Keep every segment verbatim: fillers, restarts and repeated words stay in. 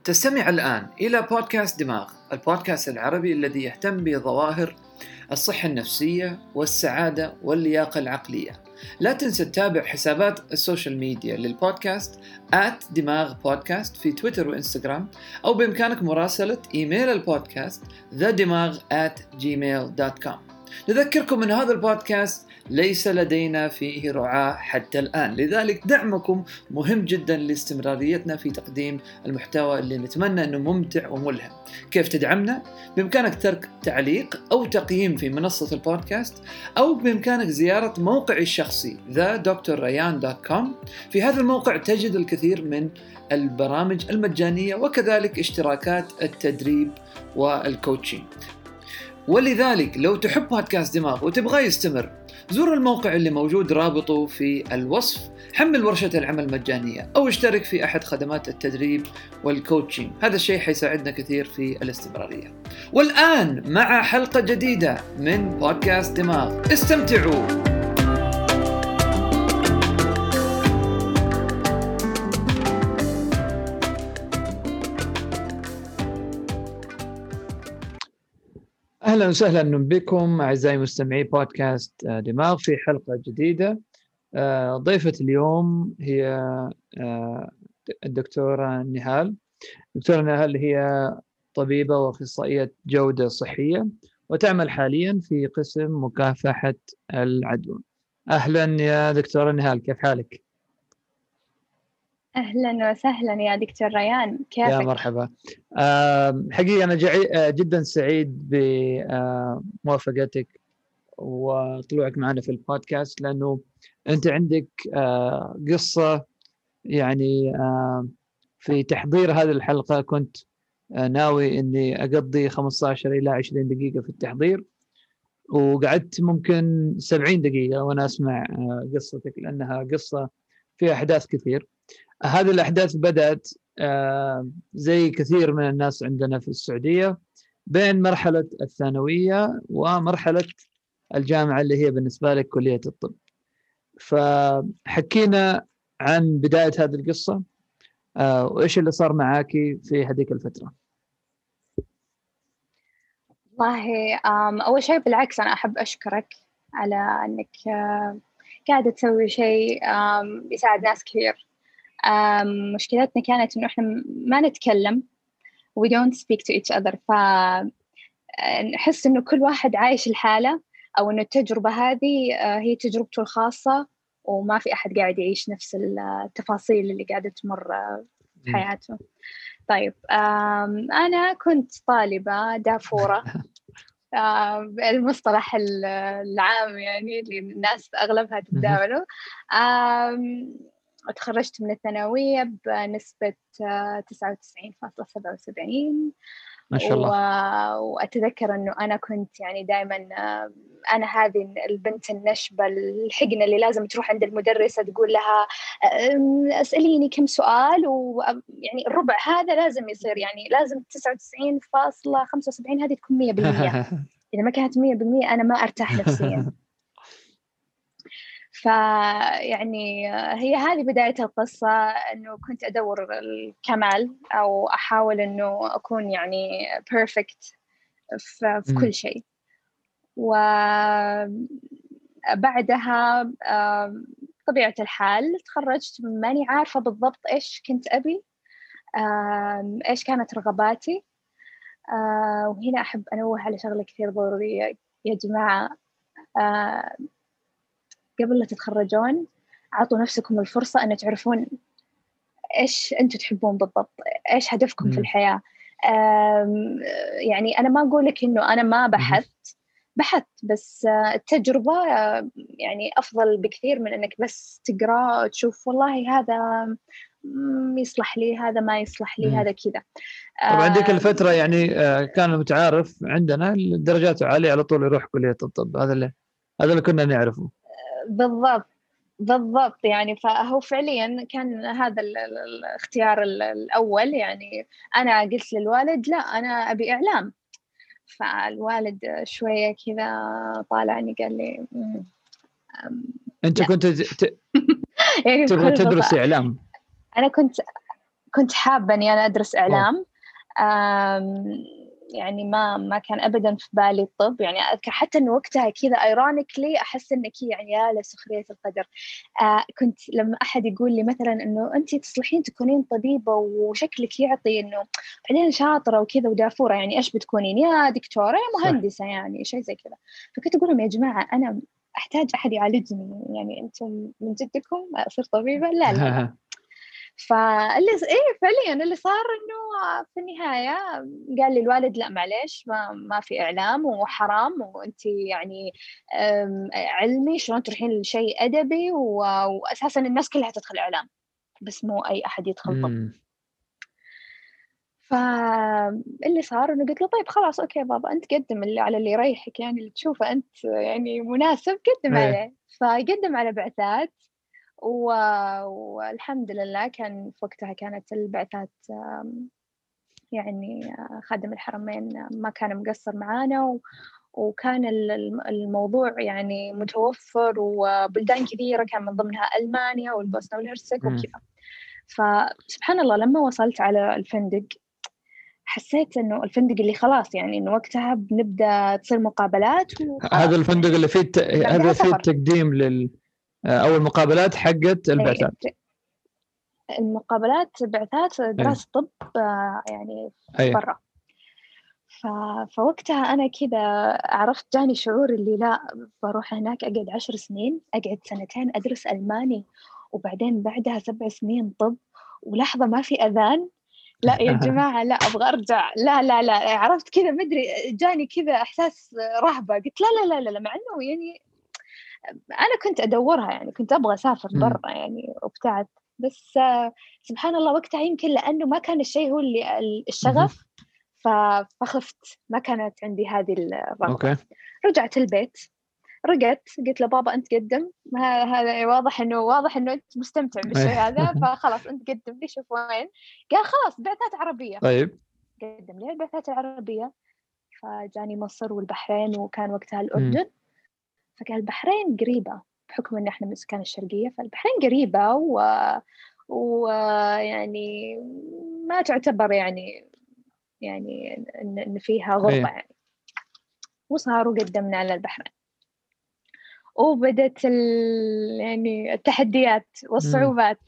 تستمع الآن إلى بودكاست دماغ، البودكاست العربي الذي يهتم بظواهر الصحة النفسية والسعادة واللياقة العقلية. لا تنسى تتابع حسابات السوشيال ميديا للبودكاست آت دماغ بودكاست في تويتر وإنستغرام، أو بإمكانك مراسلة إيميل البودكاست ذا دماغ آت جيميل دوت كوم. نذكركم أن هذا البودكاست ليس لدينا فيه رعاة حتى الآن، لذلك دعمكم مهم جدا لاستمراريتنا في تقديم المحتوى اللي نتمنى أنه ممتع وملهم. كيف تدعمنا؟ بإمكانك ترك تعليق أو تقييم في منصة البودكاست، أو بإمكانك زيارة موقعي الشخصي ذا دكتور ريان دوت كوم. في هذا الموقع تجد الكثير من البرامج المجانية وكذلك اشتراكات التدريب والكوتشين. ولذلك لو تحب بودكاست دماغ وتبغى يستمر، زور الموقع اللي موجود رابطه في الوصف، حمل ورشة العمل مجانية أو اشترك في أحد خدمات التدريب والكوتشين. هذا الشيء حيساعدنا كثير في الاستمرارية. والآن مع حلقة جديدة من بودكاست دماغ، استمتعوا. أهلا وسهلا بكم أعزائي مستمعي بودكاست دماغ في حلقة جديدة. ضيفة اليوم هي الدكتورة نهال. الدكتورة نهال هي طبيبة وأخصائية جودة صحية، وتعمل حاليا في قسم مكافحة العدوى. أهلا يا دكتورة نهال، كيف حالك؟ أهلا وسهلا يا دكتور ريان، كيفك؟ يا مرحبا. حقيقة أنا جدا سعيد بموافقتك وطلوعك معنا في البودكاست، لأنه أنت عندك قصة يعني في تحضير هذه الحلقة. كنت ناوي أني أقضي خمسة عشر إلى عشرين دقيقة في التحضير، وقعدت ممكن سبعين دقيقة وأنا أسمع قصتك، لأنها قصة فيها أحداث كثير. هذه الأحداث بدأت زي كثير من الناس عندنا في السعودية بين مرحلة الثانوية ومرحلة الجامعة اللي هي بالنسبة لك كلية الطب. فحكينا عن بداية هذه القصة وإيش اللي صار معاكي في هذيك الفترة. والله أول شيء بالعكس أنا أحب أشكرك على أنك قاعدة تسوي شيء يساعد ناس كثير. مشكلتنا كانت إنه إحنا ما نتكلم we don't speak to each other، فنحس إنه كل واحد عايش الحالة، أو إنه التجربة هذه هي تجربته الخاصة، وما في أحد قاعد يعيش نفس التفاصيل اللي قاعدة تمر في حياته. طيب أنا كنت طالبة دافورة، المصطلح العام يعني اللي الناس أغلبها تتداوله. تخرجت من الثانوية بنسبة تسعة وتسعين فاصلة سبعة وسبعين ما شاء الله. و... وأتذكر أنه أنا كنت يعني دائما أنا هذه البنت النشبة الحقنة اللي لازم تروح عند المدرسة تقول لها أسأليني كم سؤال، ويعني الربع هذا لازم يصير، يعني لازم تسعة وتسعين فاصلة خمسة وسبعين هذه تكون مية بالمية. إذا ما كانت مية بالمية أنا ما أرتاح نفسيا. فيعني هي هذه بداية القصة، أنه كنت أدور الكمال أو أحاول أنه أكون يعني perfect في, في كل شيء. وبعدها طبيعة الحال تخرجت، ماني عارفة بالضبط إيش كنت أبي، إيش كانت رغباتي. وهنا أحب أنوه على شغلة كثير ضرورية يا جماعة. قبل لا تتخرجون عطوا نفسكم الفرصة أن تعرفون إيش أنتوا تحبون بالضبط، إيش هدفكم م. في الحياة. يعني أنا ما أقولك إنه أنا ما بحثت بحثت بس التجربة يعني أفضل بكثير من أنك بس تقرأ وتشوف والله هذا يصلح لي، هذا ما يصلح لي، م. هذا كذا. طبعا ديك الفترة يعني كان متعارف عندنا الدرجات عالية على طول يروح كلية الطب، هذا اللي هذا اللي كنا نعرفه. بالضبط بالضبط يعني فهو فعليا كان هذا الاختيار الأول. يعني أنا قلت للوالد لا أنا أبي إعلام، فالوالد شوية كذا طالعني قال لي أنت لا. كنت ت... يعني تبغى تدرس إعلام؟ أنا كنت كنت حابة إني أنا أدرس إعلام. يعني ما ما كان أبداً في بالي الطب. يعني أذكر حتى إنه وقتها كذا ironically أحس إنك يعني يا لسخرية القدر. آه كنت لما أحد يقول لي مثلاً إنه أنت تصلحين تكونين طبيبة وشكلك يعطي إنه بعدين شاطرة وكذا ودافورة، يعني إيش بتكونين؟ يا دكتورة يا مهندسة، يعني شيء زي كذا. فكنت أقول لهم يا جماعة أنا أحتاج أحد يعالجني، يعني أنتم من جدكم أصير طبيبة؟ لا لا لا. فاللي إيه فعلياً اللي صار إنه في النهاية قال لي الوالد لا معليش ما ما في إعلام وحرام، وأنت يعني علمي شلون تروحين لشيء أدبي، وأساساً الناس كلها تدخل إعلام بس مو أي أحد يدخل طب. فاللي صار إنه قلت له طيب خلاص أوكي بابا أنت قدم اللي على اللي يريحك، يعني اللي تشوفه أنت يعني مناسب قدم عليه. فقدم على بعثات و... والحمد لله كان في وقتها كانت البعثات يعني خادم الحرمين ما كان مقصر معانا، و... وكان الموضوع يعني متوفر، وبلدان كثيرة كان من ضمنها ألمانيا والبوسنة والهرسك وكذا. فسبحان الله لما وصلت على الفندق حسيت إنه الفندق اللي خلاص يعني إنه وقتها بنبدأ تصير مقابلات. هذا الفندق اللي فيه ت... هذا فيه التقديم لل أو المقابلات حقت البعثات. المقابلات بعثات دراسة طب يعني برا. ف... فوقتها أنا كذا عرفت جاني شعور اللي لا بروح هناك أقعد عشر سنين، أقعد سنتين أدرس ألماني وبعدين بعدها سبع سنين طب، ولحظة ما في أذان. لا يا جماعة لا أبغى أرجع. لا لا لا عرفت كذا مدري جاني كذا إحساس رهبة. قلت لا لا لا لا مع إنه يعني أنا كنت أدورها، يعني كنت أبغى أسافر برا يعني وبتاعت، بس سبحان الله وقتها يمكن لأنه ما كان الشيء هو اللي الشغف فخفت، ما كانت عندي هذه الرغبة. أوكي. رجعت البيت رجعت قلت له بابا أنت قدم، هذا واضح إنه واضح إنه أنت مستمتع بالشيء هذا فخلاص أنت قدم لي شوف وين. قال خلاص بعثات عربية. طيب قدم لي البعثات العربية، فجاني مصر والبحرين وكان وقتها الأردن. م. فقال البحرين قريبة بحكم إن إحنا من سكان الشرقية، فالبحرين قريبة و ويعني ما تعتبر يعني يعني إن فيها غربة. أيه. يعني وصاروا قدمنا على البحرين وبدت يعني التحديات والصعوبات.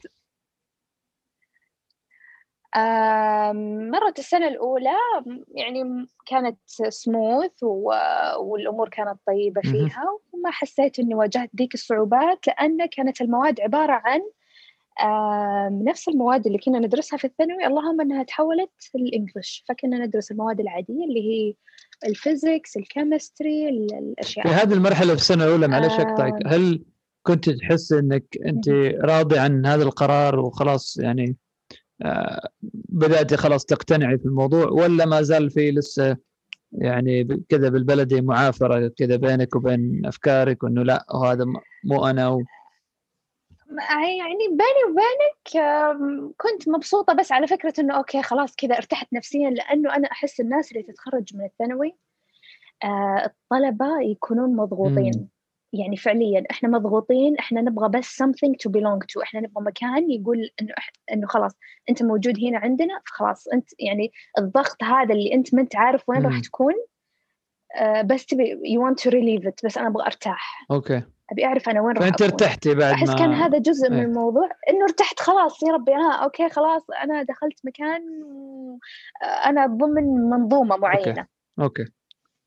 مرت السنة الأولى يعني كانت سموث والأمور كانت طيبة فيها، وما حسيت إني واجهت ذيك الصعوبات لأن كانت المواد عبارة عن نفس المواد اللي كنا ندرسها في الثانوي، اللهم أنها تحولت للإنجليش. فكنا ندرس المواد العادية اللي هي الفيزيكس الكيمستري الأشياء. في هذه المرحلة في السنة الأولى معلش أقطعك، هل كنت تحس إنك أنت راضي عن هذا القرار وخلاص يعني آه بدأت خلاص تقتنعي في الموضوع، ولا ما زال في لسه يعني كذا بالبلدي معافرة كذا بينك وبين أفكارك وإنه لا هذا مو أنا و... يعني بيني وبينك كنت مبسوطة بس على فكرة إنه أوكي خلاص كذا ارتحت نفسيا، لأنه أنا أحس الناس اللي تتخرج من الثانوي الطلبة يكونون مضغوطين. م. يعني فعليا إحنا مضغوطين، إحنا نبغى بس something to belong to، إحنا نبغى مكان يقول إنه إنه خلاص أنت موجود هنا عندنا، خلاص أنت يعني الضغط هذا اللي أنت ما أنت عارف وين راح تكون بس تبي you want to relieve it، بس أنا أبغى أرتاح. أوكي. أبي أعرف أنا وين راح أكون. فأنت ارتحتي بعد أحس ما كان هذا جزء ايه. من الموضوع إنه ارتحت خلاص يا ربي أنا أوكي خلاص أنا دخلت مكان أنا ضمن منظومة معينة. أوكي, أوكي.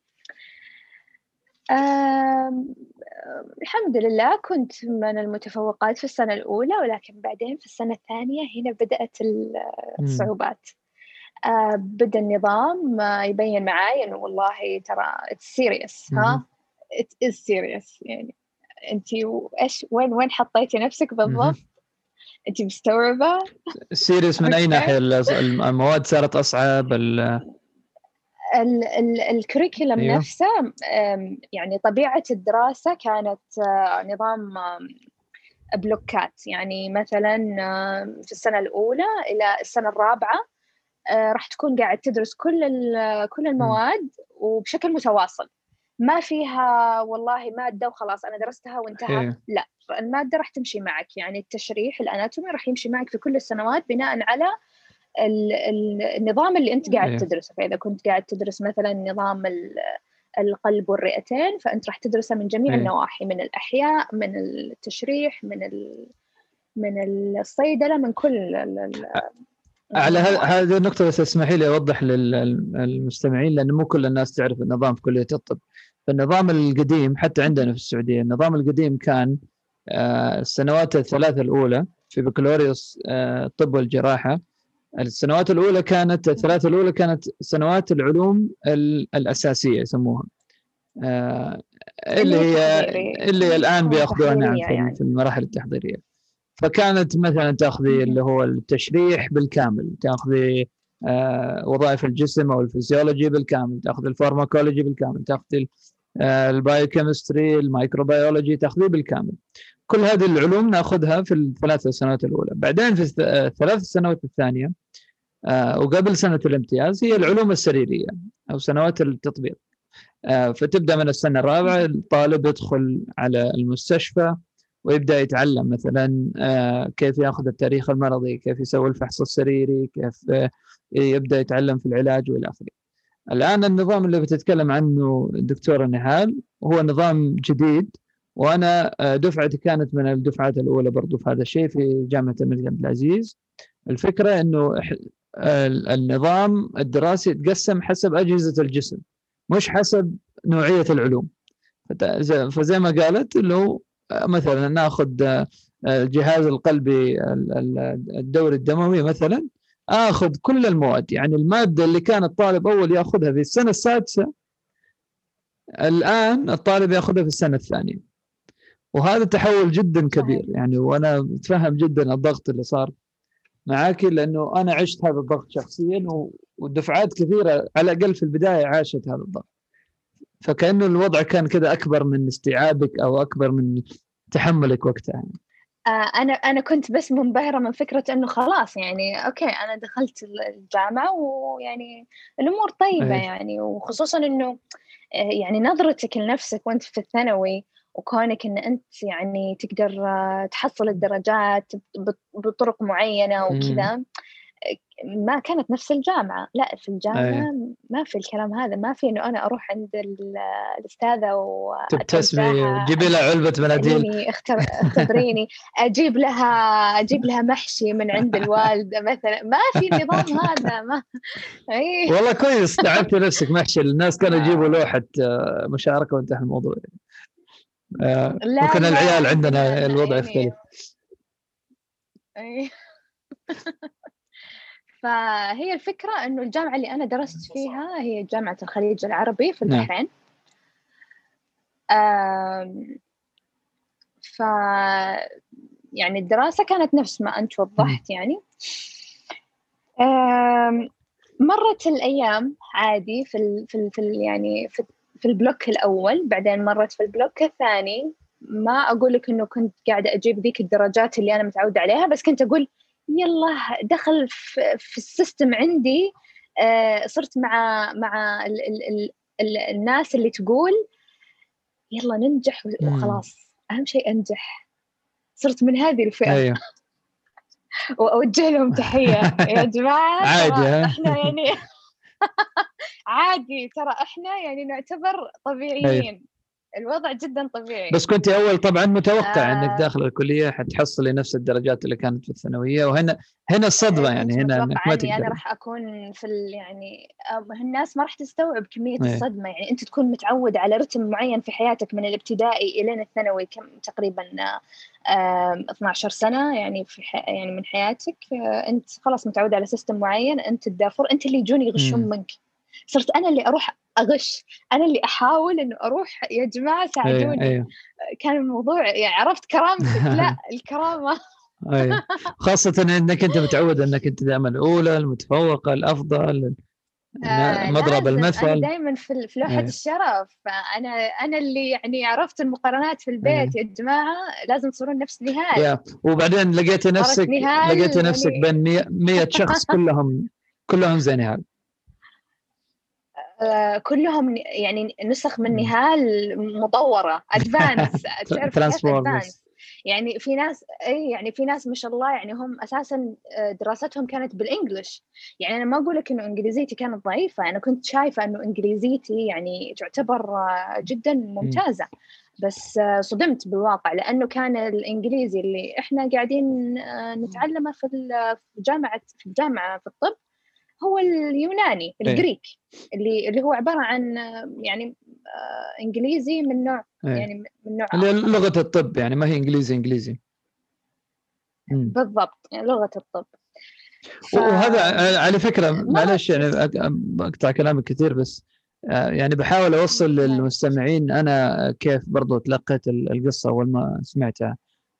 الحمد لله كنت من المتفوقات في السنة الأولى، ولكن بعدين في السنة الثانية هنا بدأت الصعوبات. آه بدأ النظام يبين معاي إنه والله ترى it's serious. ها it is serious. يعني أنتي إيش وين وين حطيتي نفسك بالضبط؟ أنتي مستوعبة؟ serious من أي ناحية؟ المواد صارت أصعب ال الكريكولم أيوه. نفسه يعني طبيعة الدراسة كانت نظام بلوكات. يعني مثلا في السنة الأولى إلى السنة الرابعة راح تكون قاعد تدرس كل كل المواد وبشكل متواصل، ما فيها والله مادة وخلاص أنا درستها وانتهى. إيه. لا المادة راح تمشي معك، يعني التشريح الأناتومي راح يمشي معك في كل السنوات بناء على النظام اللي أنت قاعد أيه. تدرسه. فإذا كنت قاعد تدرس مثلا نظام القلب والرئتين فأنت راح تدرسه من جميع أيه. النواحي، من الأحياء، من التشريح، من من الصيدلة، من كل على هذه النقطة بس اسمحي لي أوضح للمستمعين، لأن مو كل الناس تعرف النظام في كلية الطب. فالنظام القديم حتى عندنا في السعودية، النظام القديم كان السنوات الثلاثة الأولى في بكالوريوس الطب والجراحة. السنوات الأولى كانت الثلاثة الأولى كانت سنوات العلوم الأساسية يسموها، اللي هي اللي الآن بيأخذوها نعم في المراحل التحضيرية. فكانت مثلا تأخذي اللي هو التشريح بالكامل، تأخذي آه وظائف الجسم أو الفسيولوجي بالكامل، تأخذي الفارماكولوجي بالكامل، تأخذي آه البايوكيمستري، الميكروبيولوجي، تأخذي بالكامل. كل هذه العلوم نأخذها في الثلاث سنوات الأولى. بعدين في الثلاث سنوات الثانية آه وقبل سنة الامتياز هي العلوم السريرية أو سنوات التطبيق. آه فتبدأ من السنة الرابعة الطالب يدخل على المستشفى ويبدأ يتعلم مثلا كيف يأخذ التاريخ المرضي، كيف يسوي الفحص السريري، كيف يبدأ يتعلم في العلاج والى آخره. الآن النظام اللي بتتكلم عنه الدكتورة نهال هو نظام جديد، وأنا دفعتي كانت من الدفعات الأولى برضو في هذا الشيء في جامعة الملك عبد العزيز. الفكرة أنه النظام الدراسي يتقسم حسب أجهزة الجسم مش حسب نوعية العلوم. فزي ما قالت اللي مثلا ناخذ الجهاز القلبي الدوري الدموي مثلا، اخذ كل المواد، يعني الماده اللي كان الطالب اول ياخذها في السنه السادسه الان الطالب ياخذها في السنه الثانيه. وهذا تحول جدا كبير يعني، وانا متفهم جدا الضغط اللي صار معاكي، لانه انا عشت هذا الضغط شخصيا، ودفعات كثيره على الاقل في البدايه عاشت هذا الضغط. فكأنه الوضع كان كذا أكبر من استيعابك أو أكبر من تحملك وقتها يعني. آه أنا أنا كنت بس منبهرة من فكرة إنه خلاص يعني أوكي أنا دخلت الجامعة ويعني الأمور طيبة. أيه. يعني وخصوصا إنه يعني نظرتك لنفسك وأنت في الثانوي، وكونك إن أنت يعني تقدر تحصل الدرجات بطرق معينة وكذا، ما كانت نفس الجامعة. لا في الجامعة أيه. ما في الكلام هذا، ما في إنه أنا أروح عند الأستاذة وتبتسمي وتجيبي لها علبة مناديل اختبريني، أجيب لها أجيب لها محشي من عند الوالدة مثلا. ما في النظام هذا. ما أيه. والله كويس تعبتي نفسك محشي. الناس كانوا يجيبوا لوحة مشاركة وانتهى الموضوع. آه ممكن العيال عندنا الوضع يختلف. أيه. فهي الفكرة إنه الجامعة اللي أنا درست فيها هي جامعة الخليج العربي في البحرين. نعم. ف يعني الدراسة كانت نفس ما أنت وضحت يعني. مرت الأيام عادي في ال في ال في ال يعني في في البلوك الأول، بعدين مرت في البلوك الثاني. ما أقول لك إنه كنت قاعدة أجيب ذيك الدرجات اللي أنا متعودة عليها، بس كنت أقول يلا دخل في, في السيستم عندي. آه صرت مع مع ال ال ال ال الناس اللي تقول يلا ننجح وخلاص، أهم شيء أنجح. صرت من هذه الفئة. أيوه. وأوجه لهم تحية يا جماعة. عادي إحنا يعني عادي، ترى إحنا يعني نعتبر طبيعيين. أيوه. الوضع جدا طبيعي. بس كنت أول طبعا متوقع آه أنك داخل الكلية حتحصلي نفس الدرجات اللي كانت في الثانوية، وهنا هنا الصدمة يعني. هنا أنك ما تقدر. أنا راح أكون في يعني الناس ما راح تستوعب كمية أيه. الصدمة. يعني أنت تكون متعود على رتم معين في حياتك من الابتدائي إلى الثانوي، كم تقريبا اثنا عشر سنة يعني في يعني من حياتك. أنت خلاص متعود على سيستم معين، أنت الدافور، أنت اللي يجون يغشون م. منك. صرت أنا اللي أروح أغش، أنا اللي أحاول إنه أروح يا جماعة ساعدوني. أيه. كان الموضوع يعني عرفت كرامتك. لا الكرامة. أيه. خاصة إنك أنت متعود إنك أنت دائما الأولى، المتفوقة، الأفضل، آه مضرب المثل. أنا دائما في في لوحة أيه. الشرف. أنا أنا اللي يعني عرفت المقارنات في البيت. أيه. يا جماعة لازم تصيرون نفس نهال. وبعدين لقيتي نفسك لقيتي نفسك يعني بين مية شخص كلهم كلهم زي نهال. آه كلهم يعني نسخ من نهال مطورة أدفانس. تعرف كيف أدفانس؟ يعني في ناس اي يعني في ناس ما شاء الله يعني هم اساسا دراستهم كانت بالانجلش. يعني انا ما اقول لك انه انجليزيتي كانت ضعيفه، انا كنت شايفه انه انجليزيتي يعني تعتبر جدا ممتازه، بس صدمت بالواقع لانه كان الانجليزي اللي احنا قاعدين نتعلمه في الجامعه في الجامعه في الطب هو اليوناني الجريك، اللي اللي هو عباره عن يعني انجليزي من نوع يعني من نوع اللي لغه الطب، يعني ما هي انجليزي انجليزي بالضبط، يعني لغه الطب. ف... وهذا على فكره معلش يعني اقطع كلامك كثير، بس يعني بحاول اوصل للمستمعين انا كيف برضو تلقيت القصه اول ما سمعتها.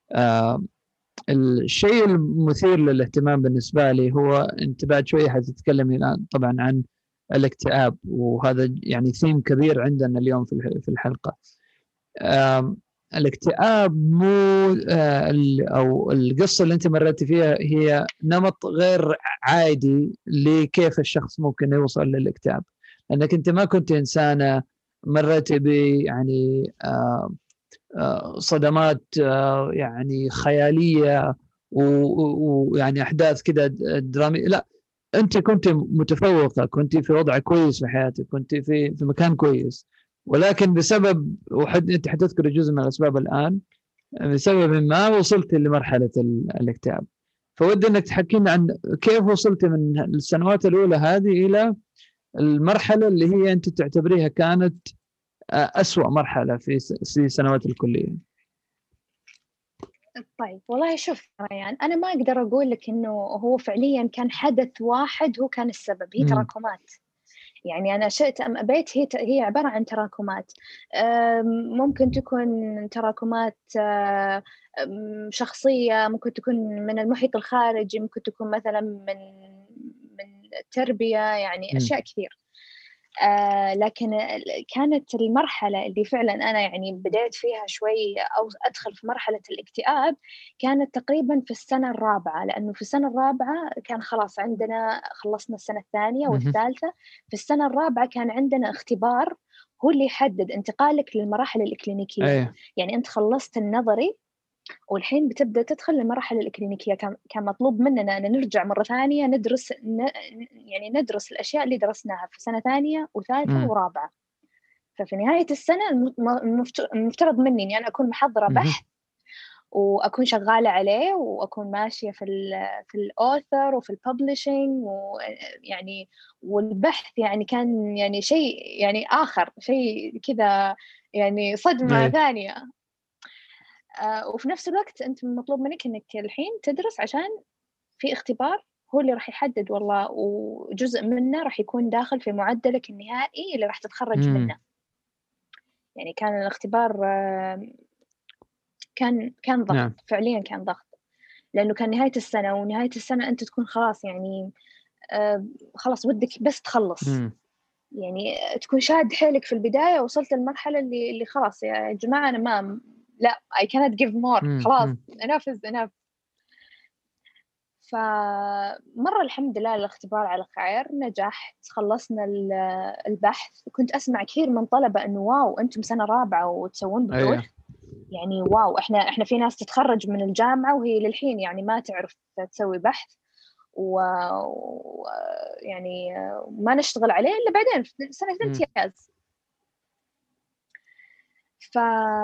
الشيء المثير للاهتمام بالنسبه لي هو انت بعد شويه حتتكلمي الان طبعا عن الاكتئاب، وهذا يعني ثيم كبير عندنا اليوم في الحلقه. الاكتئاب مو او القصه اللي انت مريتي فيها هي نمط غير عادي لكيف الشخص ممكن يوصل للاكتئاب، لانك انت ما كنت انسانه مريتي ب يعني صدمات يعني خياليه ويعني احداث كده دراميه، لا انت كنت متفوقه، كنت في وضع كويس في حياتك، كنت في في مكان كويس، ولكن بسبب وحد انت حتذكر جزء من الاسباب الان، بسبب ما وصلت لمرحله الاكتئاب. فودي انك تحكينا عن كيف وصلت من السنوات الاولى هذه الى المرحله اللي هي انت تعتبريها كانت أسوأ مرحله في في سنوات الكليه. طيب والله شوف ريان، أنا ما أقدر أقول لك إنه هو فعليا كان حدث واحد هو كان السبب، هي تراكمات. يعني أنا شئت أم أبيت هي هي عبارة عن تراكمات، ممكن تكون تراكمات شخصية، ممكن تكون من المحيط الخارجي، ممكن تكون مثلا من من التربية، يعني أشياء كثير. آه لكن كانت المرحلة اللي فعلا أنا يعني بدأت فيها شوي أو أدخل في مرحلة الاكتئاب كانت تقريبا في السنة الرابعة، لأنه في السنة الرابعة كان خلاص عندنا خلصنا السنة الثانية والثالثة. في السنة الرابعة كان عندنا اختبار هو اللي يحدد انتقالك للمراحل الإكلينيكية. أيه. يعني أنت خلصت النظري والحين بتبدأ تدخل للمراحل الإكلينيكية. كان كان مطلوب مننا أن نرجع مرة ثانية ندرس ن... يعني ندرس الأشياء اللي درسناها في سنة ثانية وثالثة م. ورابعة. ففي نهاية السنة المفترض مني أني أنا أكون محضرة بحث وأكون شغالة عليه وأكون ماشية في ال في الأوثر وفي الببلشينج، ويعني والبحث يعني كان يعني شيء يعني آخر شيء كذا، يعني صدمة ثانية. آه وفي نفس الوقت أنت مطلوب منك إنك الحين تدرس عشان في اختبار هو اللي راح يحدد والله، وجزء منه راح يكون داخل في معدلك النهائي اللي راح تتخرج مم. منه. يعني كان الاختبار آه كان كان ضغط. نعم. فعليا كان ضغط، لأنه كان نهاية السنة، ونهاية السنة أنت تكون خلاص يعني آه خلاص ودك بس تخلص. مم. يعني تكون شاد حيلك في البداية، وصلت للمرحلة اللي اللي خلاص يا جماعة أنا ما لا I cannot give more، خلاص enough is enough. فمرة الحمد لله الاختبار على خير، نجحت، خلصنا البحث. كنت أسمع كثير من طلبة إنه واو أنتم سنة رابعة وتسوون بحوث. أيه. يعني واو إحنا إحنا في ناس تتخرج من الجامعة وهي للحين يعني ما تعرف تسوي بحث، ويعني ما نشتغل عليه إلا بعدين في سنة الامتياز. ف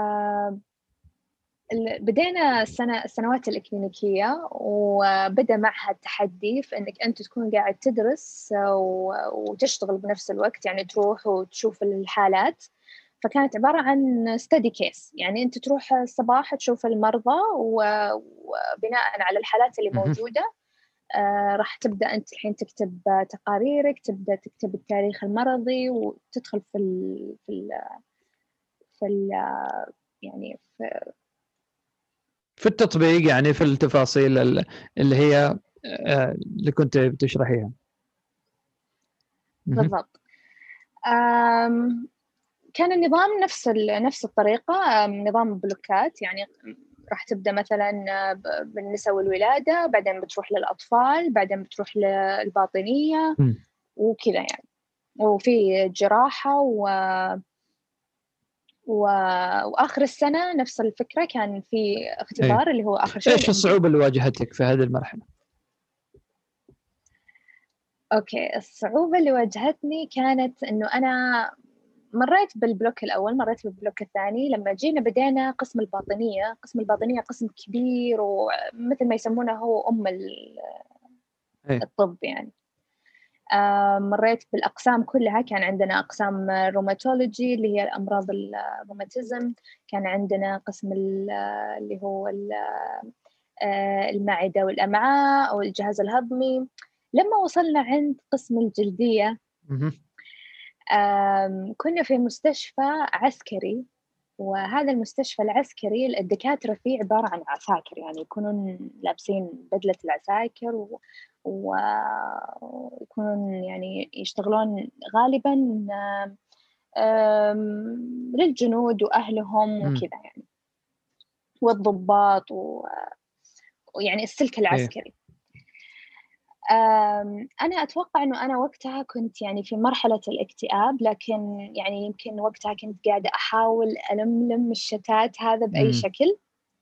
بدينا السنة السنوات الإكلينيكية، وبدأ معها التحدي في أنك أنت تكون قاعد تدرس وتشتغل بنفس الوقت، يعني تروح وتشوف الحالات. فكانت عبارة عن study case، يعني أنت تروح الصباح تشوف المرضى، وبناء على الحالات اللي موجودة آه راح تبدأ أنت الحين تكتب تقاريرك، تبدأ تكتب التاريخ المرضي، وتدخل في ال في ال في ال يعني في في التطبيق، يعني في التفاصيل اللي هي اللي كنت بتشرحيها. بالضبط. كان النظام نفس نفس الطريقة، نظام بلوكات. يعني راح تبدأ مثلا بالنساء والولادة، بعدين بتروح للأطفال، بعدين بتروح للباطنية وكذا يعني، وفي جراحة و وآخر السنة نفس الفكرة، كان في اختبار إيه. اللي هو آخر شيء. إيش الصعوبة اللي واجهتك في هذه المرحلة؟ أوكي، الصعوبة اللي واجهتني كانت إنه أنا مريت بالبلوك الأول، مريت بالبلوك الثاني. لما جينا بدينا قسم الباطنية، قسم الباطنية قسم كبير ومثل ما يسمونه هو أم إيه. الطب يعني. آه، مريت بالأقسام كلها. كان عندنا أقسام روماتولوجي اللي هي الأمراض الروماتيزم، كان عندنا قسم اللي هو المعدة والأمعاء أو الجهاز الهضمي. لما وصلنا عند قسم الجلدية كنا في مستشفى عسكري، وهذا المستشفى العسكري الدكاترة فيه عبارة عن عساكر، يعني يكونون لابسين بدلة العساكر و... ويكونون يعني يشتغلون غالبا للجنود وأهلهم وكذا يعني، والضباط و... ويعني السلك العسكري. أنا أتوقع أنه أنا وقتها كنت يعني في مرحلة الاكتئاب، لكن يعني يمكن وقتها كنت قاعدة أحاول ألملم الشتات هذا بأي شكل.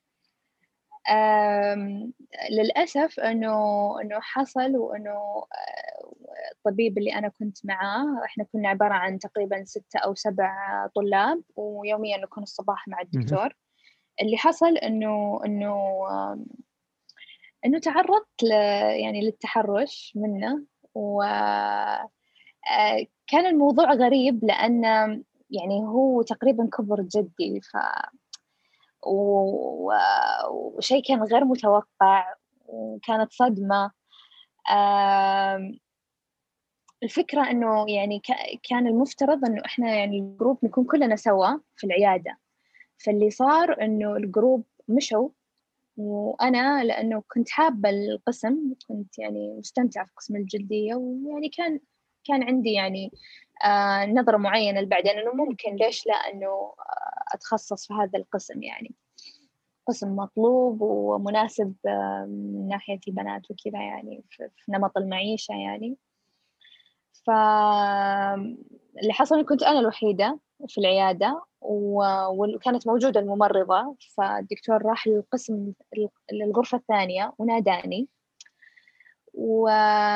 للأسف أنه أنه حصل، وأنه الطبيب اللي أنا كنت معاه، إحنا كنا عبارة عن تقريبا ستة أو سبع طلاب، ويوميا نكون الصباح مع الدكتور. اللي حصل أنه أنه إنه تعرضت ل يعني للتحرش منه، وكان الموضوع غريب لأن يعني هو تقريبا كبر جدي، ف وشيء كان غير متوقع وكانت صدمة. الفكرة إنه يعني كان المفترض إنه إحنا يعني الجروب نكون كلنا سوا في العيادة، فاللي صار إنه الجروب مشوا، وأنا لأنه كنت حابة القسم، كنت يعني مستمتعة في قسم الجلدية، ويعني كان كان عندي يعني آه نظرة معينة بعدين إنه ممكن ليش لا إنه آه أتخصص في هذا القسم، يعني قسم مطلوب ومناسب آه من ناحية البنات وكذا يعني في, في نمط المعيشة يعني. فاللي حصل كنت أنا الوحيدة في العيادة، وكانت موجودة الممرضة، فالدكتور راح للقسم للغرفة الثانية وناداني، و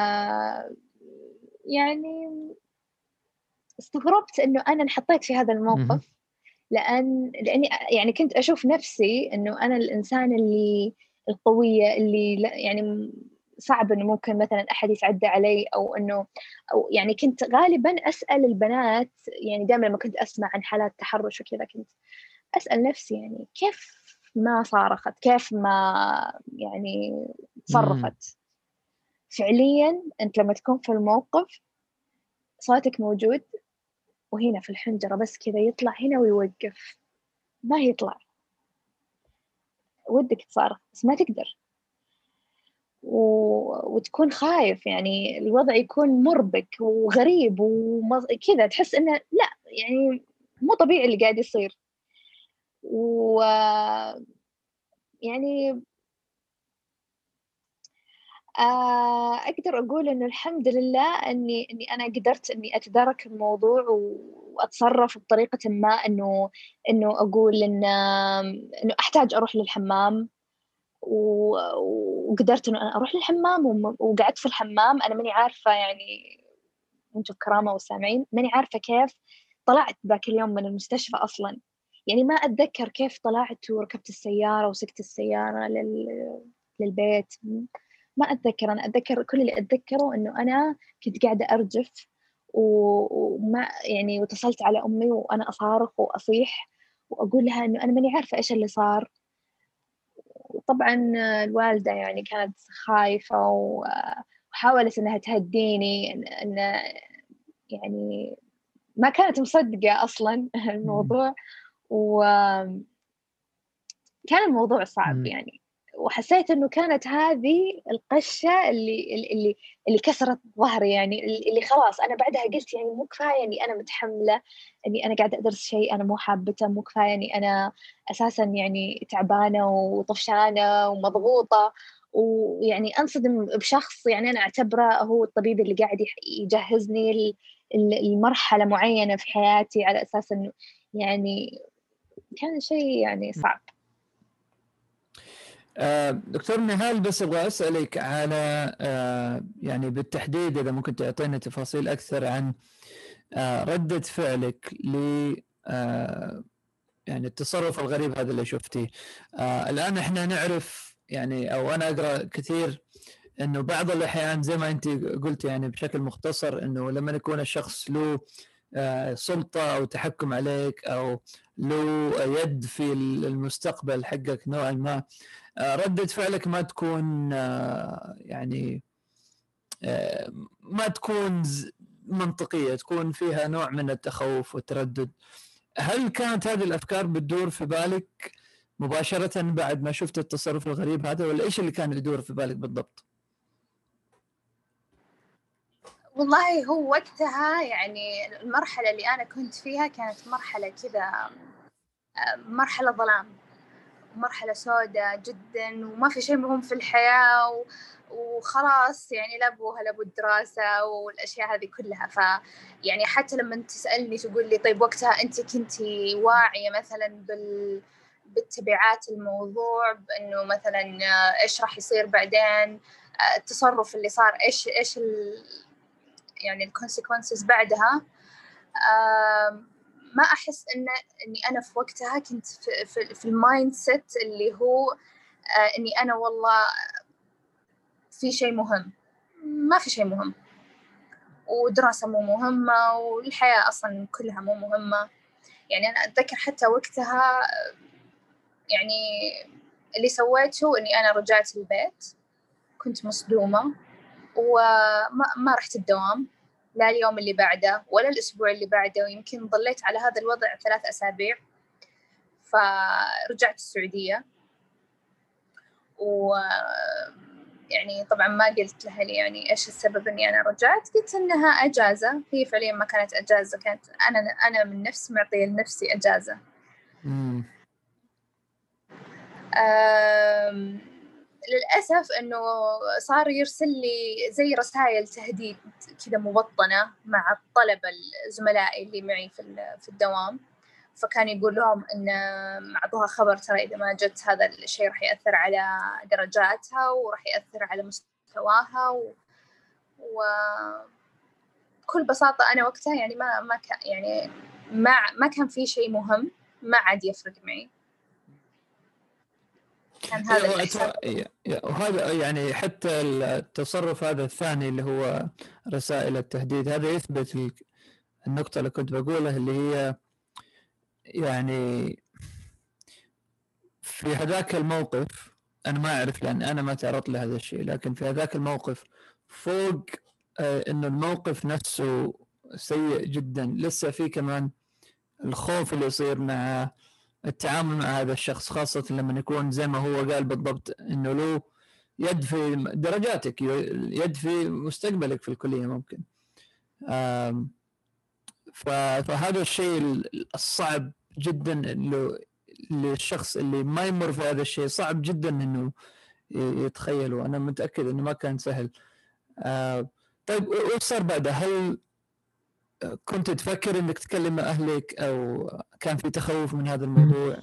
يعني استغربت إنه أنا انحطيت في هذا الموقف، لأن لأني يعني كنت أشوف نفسي إنه أنا الإنسان اللي القوية اللي يعني صعب إنه ممكن مثلاً أحد يتعدى علي، أو إنه أو يعني كنت غالباً أسأل البنات، يعني دائماً لما كنت أسمع عن حالات تحرش وكذا كنت أسأل نفسي يعني كيف ما صارخت، كيف ما يعني تصرفت. فعلياً أنت لما تكون في الموقف صوتك موجود، وهنا في الحنجرة بس كذا يطلع هنا ويوقف، ما يطلع، ودك تصارخ بس ما تقدر، و... وتكون خايف، يعني الوضع يكون مربك وغريب وكذا، تحس إنه لا يعني مو طبيعي اللي قاعد يصير. و يعني أقدر أقول إنه الحمد لله إني إني أنا قدرت إني أتدارك الموضوع وأتصرف بطريقة ما، إنه إنه أقول إن إنه أحتاج أروح للحمام، وقدرت إنه أنا أروح للحمام، وقعدت في الحمام. أنا ماني عارفة يعني أنتوا الكرامة والسامعين، ماني عارفة كيف طلعت ذاك اليوم من المستشفى أصلاً، يعني ما أتذكر كيف طلعت وركبت السيارة وسكت السيارة لل... للبيت، ما أتذكر. أنا أتذكر كل اللي أتذكره إنه أنا كنت قاعدة أرجف، وما يعني واتصلت على أمي وأنا أصارخ وأصيح وأقول لها إنه أنا ماني عارفة إيش اللي صار. وطبعا الوالدة يعني كانت خايفة وحاولت إنها تهديني، إن يعني ما كانت مصدقة أصلا الموضوع، وكان الموضوع صعب يعني. وحسيت إنه كانت هذه القشة اللي اللي اللي كسرت ظهري، يعني اللي خلاص أنا بعدها قلت يعني مو كفاية إني أنا متحملة، إني أنا قاعدة أدرس شيء أنا مو حابته، مو كفاية إني أنا أساساً يعني تعبانة وطفشانة ومضغوطة، ويعني أنصدم بشخص يعني أنا أعتبره هو الطبيب اللي قاعد يجهزني المرحلة معينة في حياتي، على أساس إنه يعني كان شيء يعني صعب. دكتور نهال، بس أبغى أسألك على يعني بالتحديد إذا ممكن تعطينا تفاصيل أكثر عن ردة فعلك ل يعني التصرف الغريب هذا اللي شفتيه. الآن إحنا نعرف يعني، أو أنا أقرأ كثير إنه بعض الأحيان زي ما أنت قلت يعني بشكل مختصر، إنه لما يكون الشخص له سلطة أو تحكم عليك أو له يد في المستقبل حقك نوعا ما، ردة فعلك ما تكون يعني ما تكون منطقية، تكون فيها نوع من التخوف والتردد. هل كانت هذه الأفكار بتدور في بالك مباشرة بعد ما شفت التصرف الغريب هذا، ولا إيش اللي كان يدور في بالك بالضبط؟ والله هو وقتها يعني المرحلة اللي أنا كنت فيها كانت مرحلة كذا، مرحلة ظلام، مرحلة سوداء جدا، وما في شيء مهم في الحياة، وخلاص يعني لا أبوها لا أبو الدراسة والأشياء هذه كلها. ف يعني حتى لما تسألني تقول لي طيب وقتها أنت كنتي واعية مثلا بال بالتبعات الموضوع، بأنه مثلا إيش راح يصير بعدين، التصرف اللي صار إيش إيش ال يعني الكونسيكونسز بعدها؟ ما أحس إن إني أنا في وقتها كنت في في, في المايند سيت اللي هو إني أنا والله في شيء مهم. ما في شيء مهم، ودراسة مو مهمة، والحياة أصلاً كلها مو مهمة. يعني أنا أتذكر حتى وقتها يعني اللي سويته إني أنا رجعت البيت، كنت مصدومة، وما ما رحت الدوام لا اليوم اللي بعده ولا الأسبوع اللي بعده، ويمكن ضليت على هذا الوضع ثلاث أسابيع. فرجعت السعودية، و يعني طبعاً ما قلت لأهلي يعني إيش السبب إني أنا رجعت، قلت إنها أجازة. هي فعلياً ما كانت أجازة، كانت أنا أنا من نفسي معطية لنفسي أجازة. مم. للأسف إنه صار يرسل لي زي رسائل تهديد كذا مبطنة مع الطلبة الزملاء اللي معي في في الدوام، فكان يقول لهم إن معطوها خبر ترى إذا ما جت هذا الشيء راح يأثر على درجاتها وراح يأثر على مستواها، و... وكل بساطة أنا وقتها يعني ما ما كان يعني ما ما كان في شيء مهم، ما عاد يفرق معي. كان هذا الإحساس. وهذا يعني حتى التصرف هذا الثاني اللي هو رسائل التهديد، هذا يثبت النقطة اللي كنت بقولها، اللي هي يعني في هذاك الموقف أنا ما أعرف لأن أنا ما تعرضت لهذا الشيء، لكن في هذاك الموقف فوق آه إنه الموقف نفسه سيء جدا، لسه في كمان الخوف اللي يصير مع التعامل مع هذا الشخص، خاصة لما يكون زي ما هو قال بالضبط إنه له يد في درجاتك، يد في مستقبلك في الكلية ممكن. فهذا الشيء الصعب جدا اللي للشخص اللي ما يمر في هذا الشيء، صعب جدا إنه يتخيله. أنا متأكد إنه ما كان سهل. طيب وش صار بعدها؟ هل كنت تفكر إنك تكلم أهلك أو كان في تخوف من هذا الموضوع؟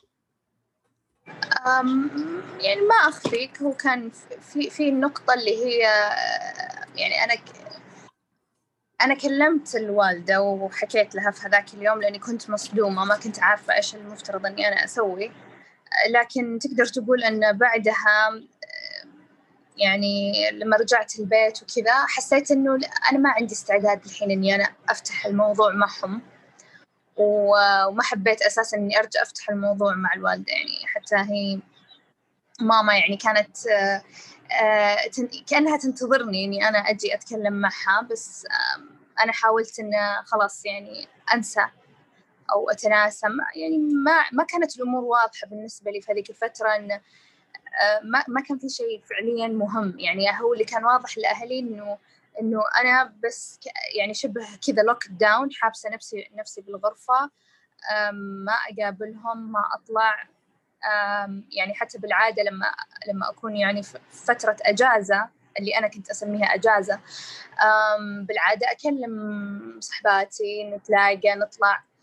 يعني ما أخفيك، هو كان في في النقطة اللي هي يعني أنا أنا كلمت الوالدة وحكيت لها في هذاك اليوم لأني كنت مصدومة، ما كنت عارفة إيش المفترض إني أنا أسوي. لكن تقدر تقول أن بعدها يعني لما رجعت البيت وكذا حسيت إنه أنا ما عندي استعداد الحين إني أنا أفتح الموضوع معهم، وما حبيت أساساً إني أرجع أفتح الموضوع مع الوالدة. يعني حتى هي ماما يعني كانت آه آه كأنها تنتظرني إني أنا أجي أتكلم معها، بس آه أنا حاولت إن خلاص يعني أنسى أو أتناسى. يعني ما ما كانت الأمور واضحة بالنسبة لي في هذيك الفترة، إن آه ما ما كان في شيء فعليا مهم. يعني هو اللي كان واضح لأهلي إنه إنه أنا بس يعني شبه كذا لوك داون، حابسة نفسي نفسي بالغرفة، ما أقابلهم، ما أطلع. يعني حتى بالعادة لما لما أكون يعني في فترة أجازة اللي أنا كنت أسميها أجازة، بالعادة أكلم صحباتي، نتلاقى، نطلع.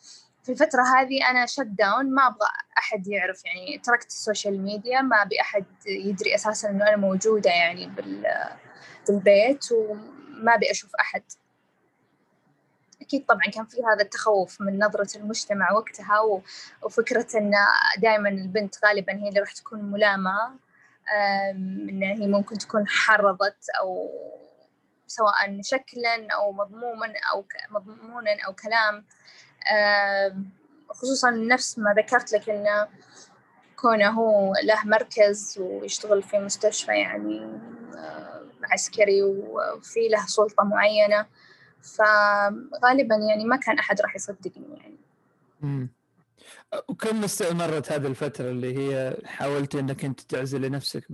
في الفترة هذه أنا شت داون، ما أبغى أحد يعرف، يعني تركت السوشيال ميديا، ما أبي أحد يدري أساساً إنه أنا موجودة يعني بالبيت، وما أبي أشوف أحد. أكيد طبعاً كان في هذا التخوف من نظرة المجتمع وقتها، وفكرة أن دائماً البنت غالباً هي اللي راح تكون ملامة، إن هي ممكن تكون حرضت، أو سواء شكلاً أو مضموماً أو مضمونا أو كلام، خصوصاً نفس ما ذكرت لك إنه كونه هو له مركز ويشتغل في مستشفى يعني عسكري وفي له سلطة معينة، فغالباً يعني ما كان أحد راح يصدقني يعني. مم. وكم استمرت هذه الفترة اللي هي حاولت إنك أنت تعزلي نفسك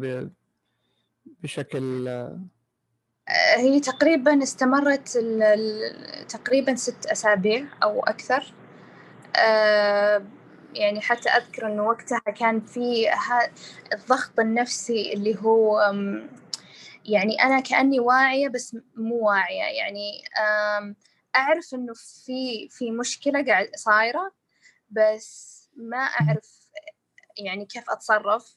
بشكل؟ هي تقريباً استمرت تقريباً ست أسابيع أو أكثر. أه يعني حتى أذكر إنه وقتها كان في الضغط النفسي اللي هو يعني أنا كأني واعية بس مو واعية، يعني أعرف إنه في في مشكلة قاعد صايرة، بس ما أعرف يعني كيف أتصرف.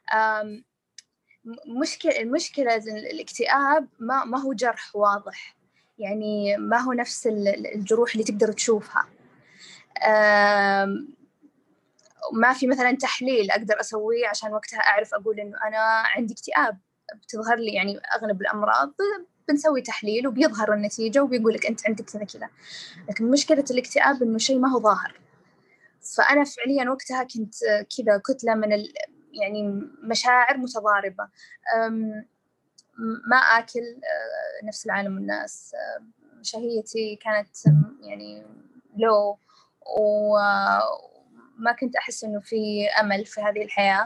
مشكلة المشكلة الاكتئاب ما ما هو جرح واضح، يعني ما هو نفس الجروح اللي تقدر تشوفها. ما في مثلا تحليل أقدر أسويه عشان وقتها أعرف أقول إنه أنا عندي اكتئاب. بتظهر لي يعني أغلب الأمراض بنسوي تحليل وبيظهر النتيجة وبيقولك أنت عندك كذا كذا، لكن مشكلة الاكتئاب إنه شيء ما هو ظاهر. فأنا فعليا وقتها كنت كذا كتلة من ال يعني مشاعر متضاربة، ما آكل نفس العالم والناس، شهيتي كانت يعني لو، وما كنت أحس إنه في أمل في هذه الحياة.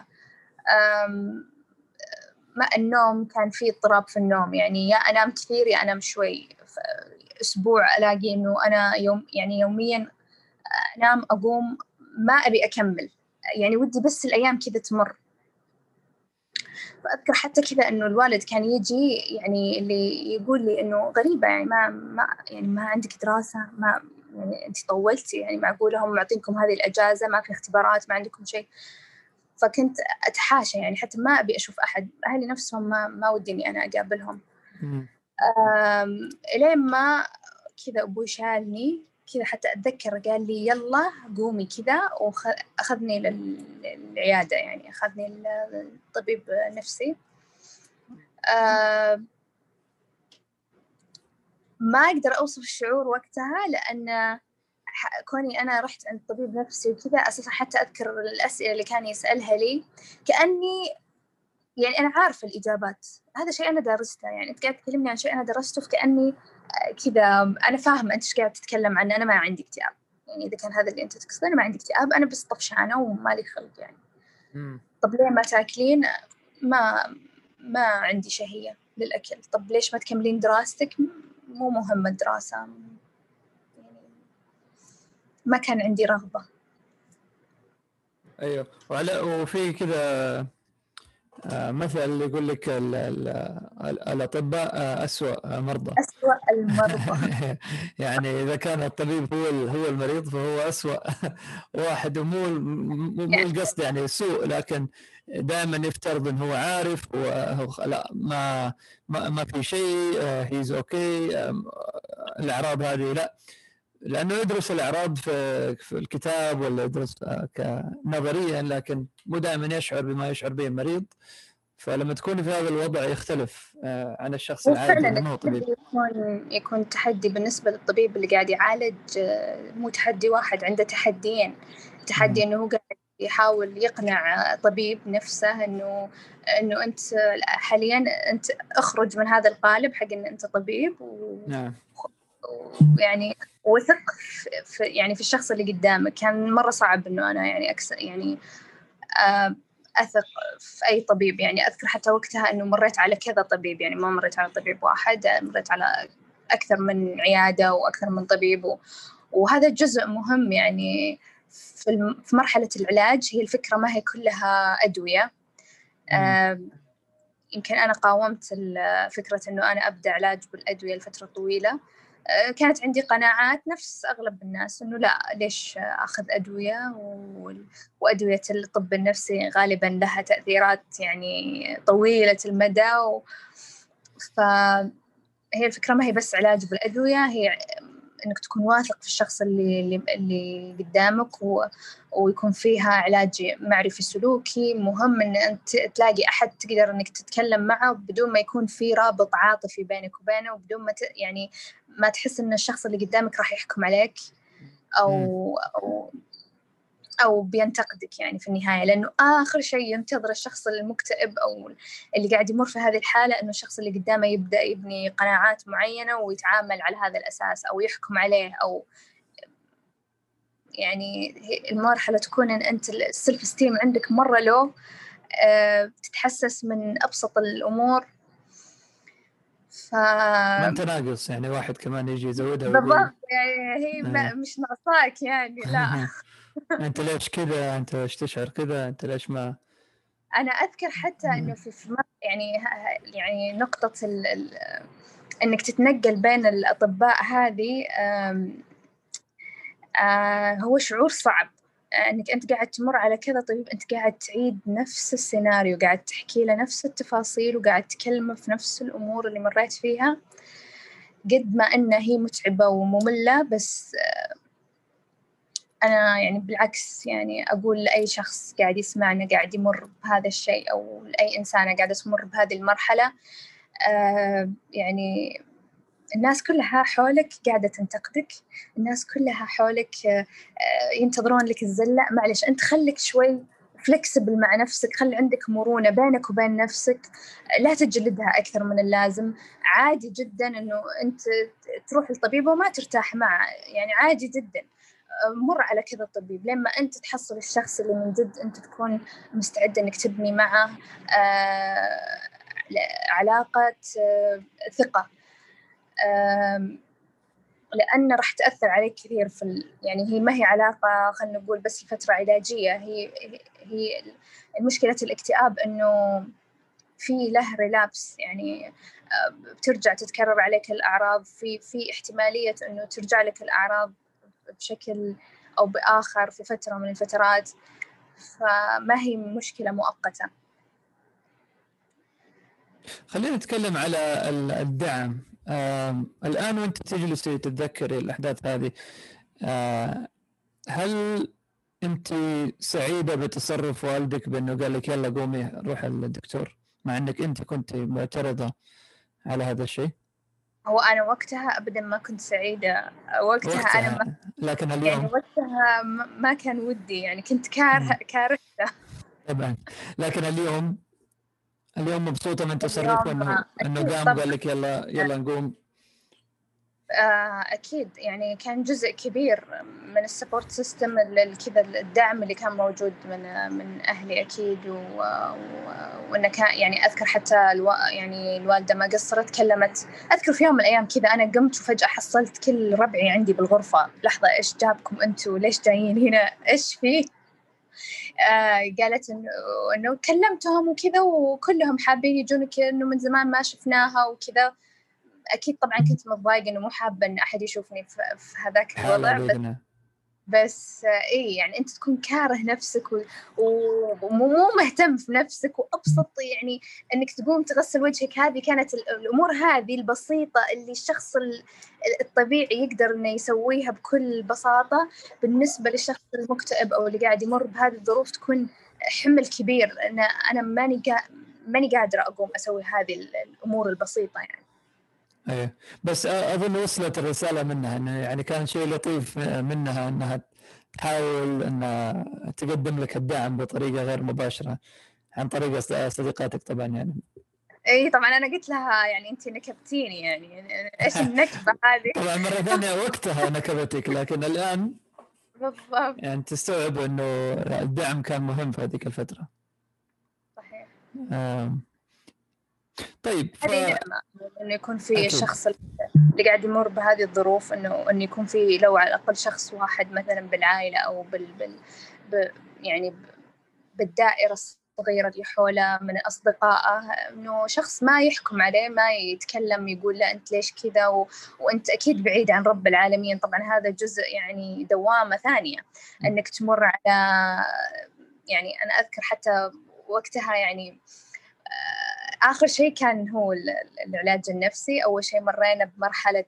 ما النوم كان في اضطراب في النوم، يعني يا أنام كثير يا أنام شوي. أسبوع ألاقي إنه أنا يوم يعني يوميا أنام أقوم ما أبي أكمل، يعني ودي بس الأيام كذا تمر. فأذكر حتى كذا إنه الوالد كان يجي يعني اللي يقول لي إنه غريبة، يعني ما ما يعني ما عندك دراسة، ما يعني أنت طولتي، يعني معقولة هم معطينكم هذه الأجازة ما في اختبارات ما عندكم شيء. فكنت أتحاشى يعني حتى ما أبي أشوف أحد، أهلي نفسهم ما ما وديني أنا أقابلهم. إلين ما كذا أبوي شالني كذا، حتى أتذكر قال لي يلا قومي كذا، وأخذني للعيادة، يعني أخذني للطبيب النفسي. أه ما أقدر أوصف الشعور وقتها، لأن كوني أنا رحت عند طبيب نفسي وكذا أساسا، حتى أذكر الأسئلة اللي كان يسألها لي كأني يعني أنا عارفة الإجابات، هذا شيء أنا درسته، يعني أنت قاعد تكلمني عن شيء أنا درسته، فكأني كذا أنا فاهمة أنت إيش قاعد تتكلم عنه، أنا ما عندي اكتئاب، يعني إذا كان هذا اللي أنت تقصده أنا ما عندي اكتئاب، أنا بس طفشانة وما لي خلق يعني. م. طب ليه ما تاكلين؟ ما ما عندي شهية للأكل. طب ليش ما تكملين دراستك؟ مو مهمة الدراسة، يعني ما كان عندي رغبة. أيوه. وعلى وفي كذا مثل اللي يقول لك ال ال الأطباء أسوأ مرضى. أسوأ المرضى. يعني إذا كان الطبيب هو هو المريض فهو أسوأ واحد، ومو مو القصد يعني سوء، لكن دائما يفترض إنه هو عارف ولا ما ما ما في شيء، هيز أوكي. الأعراض هذه لا، لأنه يدرس الأعراض في, في الكتاب ولا يدرس كنظريا، لكن مو دائما يشعر بما يشعر به المريض. فلما تكون في هذا الوضع يختلف عن الشخص العادي اللي ما هو طبيب. يكون يكون تحدي بالنسبة للطبيب اللي قاعد يعالج، مو تحدي واحد، عنده تحديين. تحدي إنه هو قاعد يحاول يقنع طبيب نفسه إنه إنه أنت حاليا أنت أخرج من هذا القالب حق إن أنت طبيب، و نعم. ويعني وثق في يعني في الشخص اللي قدامك. كان مرة صعب إنه أنا يعني أكثر يعني أثق في أي طبيب. يعني أذكر حتى وقتها إنه مريت على كذا طبيب، يعني ما مريت على طبيب واحد، مريت على أكثر من عيادة وأكثر من طبيب، و... وهذا جزء مهم يعني في, الم... في مرحلة العلاج. هي الفكرة ما هي كلها أدوية. آه... يمكن أنا قاومت فكرة إنه أنا أبدأ علاج بالأدوية لفترة طويلة، كانت عندي قناعات نفس أغلب الناس إنه لا، ليش أخذ أدوية، وأدوية الطب النفسي غالباً لها تأثيرات يعني طويلة المدى. و... فهي الفكرة ما هي بس علاج بالأدوية، هي إنك تكون واثق في الشخص اللي اللي, اللي قدامك، و... ويكون فيها علاج معرفي سلوكي. مهم إن أنت تلاقي أحد تقدر إنك تتكلم معه بدون ما يكون في رابط عاطفي بينك وبينه، وبدون ما ت... يعني ما تحس إن الشخص اللي قدامك راح يحكم عليك أو أو أو بينتقدك يعني في النهاية. لأنه آخر شيء ينتظر الشخص المكتئب أو اللي قاعد يمر في هذه الحالة إنه الشخص اللي قدامه يبدأ يبني قناعات معينة ويتعامل على هذا الأساس أو يحكم عليه، أو يعني المرحلة تكون إن أنت السلف استيم عندك مرة لو أه تتحسس من أبسط الأمور. ف ما أنت ناقص يعني واحد كمان يجي يزودها ويقول بالضبط، يعني هي ما مش ناقصاك يعني لا. أنت ليش كذا، أنت ليش تشعر كذا، أنت ليش ما. أنا أذكر حتى إنه في في يعني يعني نقطة ال ال إنك تتنقل بين الأطباء هذه آه هو شعور صعب، إنك أنت قاعد تمر على كذا طبيب، أنت قاعد تعيد نفس السيناريو، قاعد تحكي له نفس التفاصيل، وقاعد تكلمه في نفس الأمور اللي مريت فيها. قد ما أنها هي متعبة ومملة، بس أنا يعني بالعكس يعني أقول لأي شخص قاعد يسمعنا قاعد يمر بهذا الشيء، أو لأي إنسانة قاعدة تمر بهذه المرحلة، آه يعني الناس كلها حولك قاعدة تنتقدك، الناس كلها حولك آه ينتظرون لك الزلة. معلش أنت خليك شوي فلكسبل مع نفسك، خلي عندك مرونة بينك وبين نفسك، لا تجلدها أكثر من اللازم. عادي جدا أنه أنت تروح للطبيب وما ترتاح معه، يعني عادي جدا. مر على كذا الطبيب لما أنت تحصل الشخص اللي من جد أنت تكون مستعد أنك تبني معه آه علاقة آه ثقة، آه لأن راح تأثر عليك كثير في ال... يعني هي ما هي علاقة خلنا نقول بس لفترة علاجية. هي هي المشكلة الاكتئاب إنه في له ريلابس، يعني بترجع تتكرر عليك الأعراض، في في احتمالية إنه ترجع لك الأعراض بشكل أو بآخر في فترة من الفترات، فما هي مشكلة مؤقتة. خلينا نتكلم على الدعم. الآن وأنت تجلسي تتذكري الأحداث هذه، هل أنت سعيدة بتصرف والدك بأنه قال لك يلا قومي روح للدكتور، مع أنك أنت كنت معترضة على هذا الشيء؟ هو أنا وقتها أبداً ما كنت سعيدة وقتها, وقتها أنا ما لكن اليوم يعني وقتها ما كان ودي، يعني كنت كاره كارهته طبعا. لكن اليوم اليوم مبسوطة من تصرفه إنه إنه قام قال لك يلا يلا نقوم. أكيد يعني كان جزء كبير من السبورت سيستم كذا، الدعم اللي كان موجود من من أهلي أكيد. وإنه كان يعني أذكر حتى الو... يعني الوالدة ما قصرت كلمت. أذكر في يوم من الأيام كذا أنا قمت وفجأة حصلت كل ربعي عندي بالغرفة، لحظة إيش جابكم أنتوا، ليش جايين هنا، إيش فيه؟ آه قالت إنه إنه كلمتهم وكذا وكلهم حابين يجونك، إنه من زمان ما شفناها وكذا. أكيد طبعاً كنت متضايقة إنه مو حابة إن أحد يشوفني في, في هذاك الوضع، بس, بس إيه يعني أنت تكون كاره نفسك ومو مهتم في نفسك، وأبسط يعني إنك تقوم تغسل وجهك. هذه كانت الأمور هذه البسيطة اللي الشخص الطبيعي يقدر إنه يسويها بكل بساطة، بالنسبة للشخص المكتئب أو اللي قاعد يمر بهذه الظروف تكون حمل كبير، لأن أنا ماني قا... ماني قادرة أقوم أسوي هذه الأمور البسيطة يعني. ايه بس اظن وصلت الرساله منها انه يعني كان شيء لطيف منها انها تحاول انها تقدم لك الدعم بطريقه غير مباشره عن طريق صديقاتك طبعا يعني. اي طبعا انا قلت لها يعني انت نكبتيني، يعني ايش النكبه هذه؟ طبعا مره ثانيه وقتها نكبتك، لكن الان بالضبط يعني تستوعب انه الدعم كان مهم في هذيك الفتره. صحيح. آم. طيب ف... هذه نعمة إنه يكون في الشخص اللي قاعد يمر بهذه الظروف، إنه إنه يكون في لو على الأقل شخص واحد مثلاً بالعائلة أو بال, بال... ب... يعني ب... بالدائرة الصغيرة اللي حوله من أصدقائه، إنه شخص ما يحكم عليه، ما يتكلم يقول لا أنت ليش كذا و... وأنت أكيد بعيد عن رب العالمين. طبعا هذا جزء يعني دوامة ثانية أنك تمر على، يعني أنا أذكر حتى وقتها يعني آخر شيء كان هو العلاج النفسي. أول شيء مرينا بمرحلة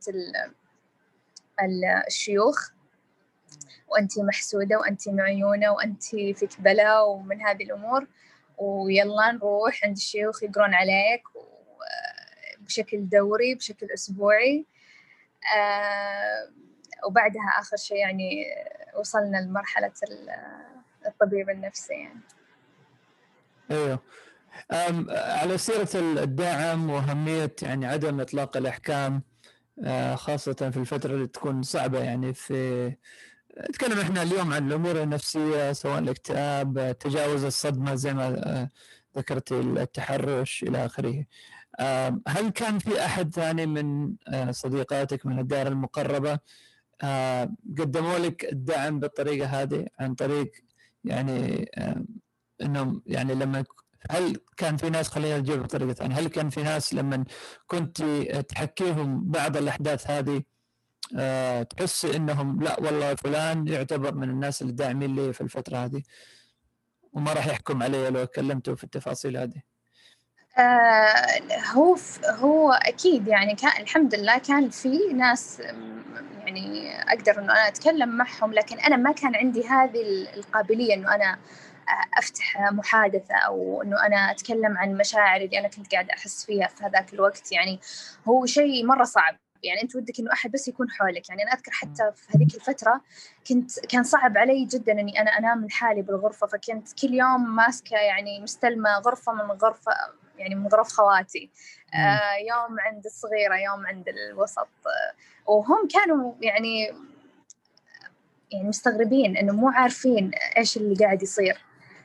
الشيوخ، وأنتي محسودة وأنتي معيونة وأنتي فيك بلا ومن هذه الأمور، ويلا نروح عند الشيوخ يقرون عليك بشكل دوري بشكل أسبوعي. آه وبعدها آخر شيء يعني وصلنا لمرحلة الطبيب النفسي يعني. أيوه. على سيرة الدعم وأهمية يعني عدم إطلاق الأحكام خاصة في الفترة اللي تكون صعبة، يعني في نتكلم إحنا اليوم عن الأمور النفسية سواء الاكتئاب، تجاوز الصدمة زي ما ذكرت، التحرش إلى آخره. هل كان في أحد ثاني من صديقاتك من الدائرة المقربة قدموا لك الدعم بالطريقة هذه عن طريق يعني إنهم يعني لما هل كان في ناس، خلينا نجيب بطريقة ثانية، هل كان في ناس لما كنت تحكيهم بعض الأحداث هذه أه تحس إنهم لا والله فلان يعتبر من الناس اللي داعمين لي في الفترة هذه وما راح يحكم علي لو كلمته في التفاصيل هذه؟ آه هو هو أكيد يعني كان الحمد لله كان في ناس يعني أقدر إنه أنا أتكلم معهم، لكن أنا ما كان عندي هذه القابلية إنه أنا أفتح محادثة أو إنه أنا أتكلم عن مشاعري اللي أنا كنت قاعدة أحس فيها في هذاك الوقت. يعني هو شيء مرة صعب، يعني أنت ودك إنه أحد بس يكون حولك. يعني أنا أذكر حتى في هذيك الفترة كنت كان صعب علي جدا إني أنا أنام لحالي بالغرفة، فكنت كل يوم ماسكة يعني مستلمة غرفة من غرفة يعني من غرف خواتي، آه يوم عند الصغيرة يوم عند الوسط، آه وهم كانوا يعني يعني مستغربين إنه مو عارفين إيش اللي قاعد يصير.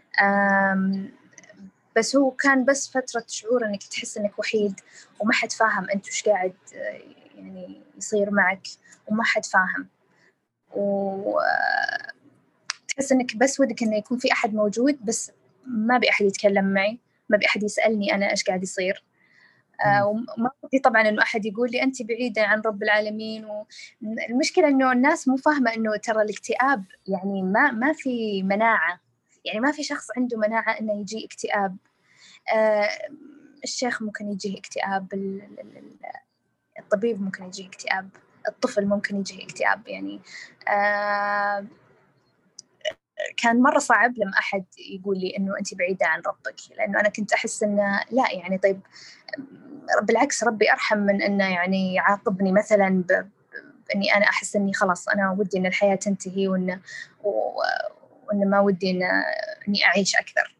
بس هو كان بس فترة شعور إنك تحس إنك وحيد وما حد فاهم أنت وش قاعد يعني يصير معك، وما حد فاهم، وتحس إنك بس ودك إنه يكون في أحد موجود، بس ما بأحد يتكلم معي، ما بأحد يسألني أنا إيش قاعد يصير. آه وما بدي طبعا إنه أحد يقول لي أنت بعيدة عن رب العالمين. والمشكلة إنه الناس مو فاهمة إنه ترى الاكتئاب يعني ما ما في مناعة، يعني ما في شخص عنده مناعة إنه يجي اكتئاب. آه الشيخ ممكن يجيه اكتئاب، الطبيب ممكن يجيه اكتئاب، الطفل ممكن يجيه اكتئاب. يعني آه كان مرة صعب لما أحد يقول لي إنه أنت بعيدة عن ربك، لأنه أنا كنت أحس إنه لا، يعني طيب بالعكس ربي أرحم من إنه يعني يعاقبني مثلا بإني أنا أحس إني خلاص أنا ودي إن الحياة تنتهي وإن وإن ما ودي إن إني أعيش أكثر.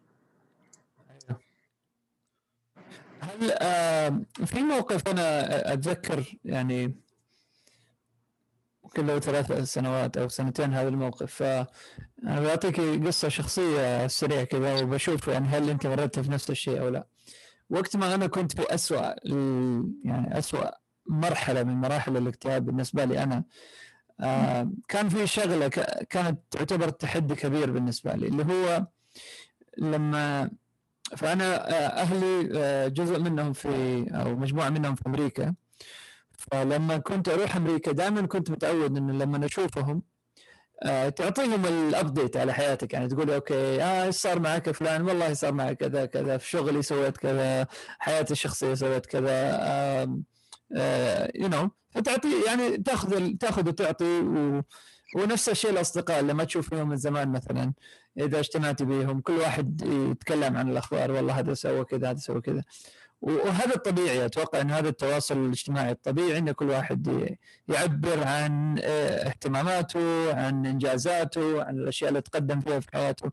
هل آه في موقف أنا أتذكر يعني ممكن لو ثلاث سنوات أو سنتين هذا الموقف، فأنا بعطيك قصة شخصية سريعة كذا وبشوف يعني هل أنت مررت في نفس الشيء أو لا. وقت ما أنا كنت في أسوأ يعني أسوأ مرحلة من مراحل الاكتئاب بالنسبة لي أنا، آه كان في شغلة كانت تعتبر تحدي كبير بالنسبة لي، اللي هو لما فأنا أهلي جزء منهم في أو مجموعة منهم في أمريكا، فلما كنت أروح أمريكا دائما كنت متعود إنه لما نشوفهم تعطيهم الأبديت على حياتك، يعني تقول أوكي آه إيش صار معك فلان، والله صار معك كذا كذا، في شغلي سويت كذا، حياتي الشخصية سويت كذا، آه آه you know فتعطي يعني تأخذ تأخذ وتعطي. و ونفس الشيء الأصدقاء لما تشوف فيهم من زمان مثلا إذا اجتمعت بهم كل واحد يتكلم عن الأخبار، والله هذا سوى كذا هذا سوى كذا، وهذا الطبيعي. أتوقع أن هذا التواصل الاجتماعي الطبيعي أن كل واحد يعبر عن اهتماماته، عن إنجازاته، عن الأشياء اللي تقدم فيها في حياته.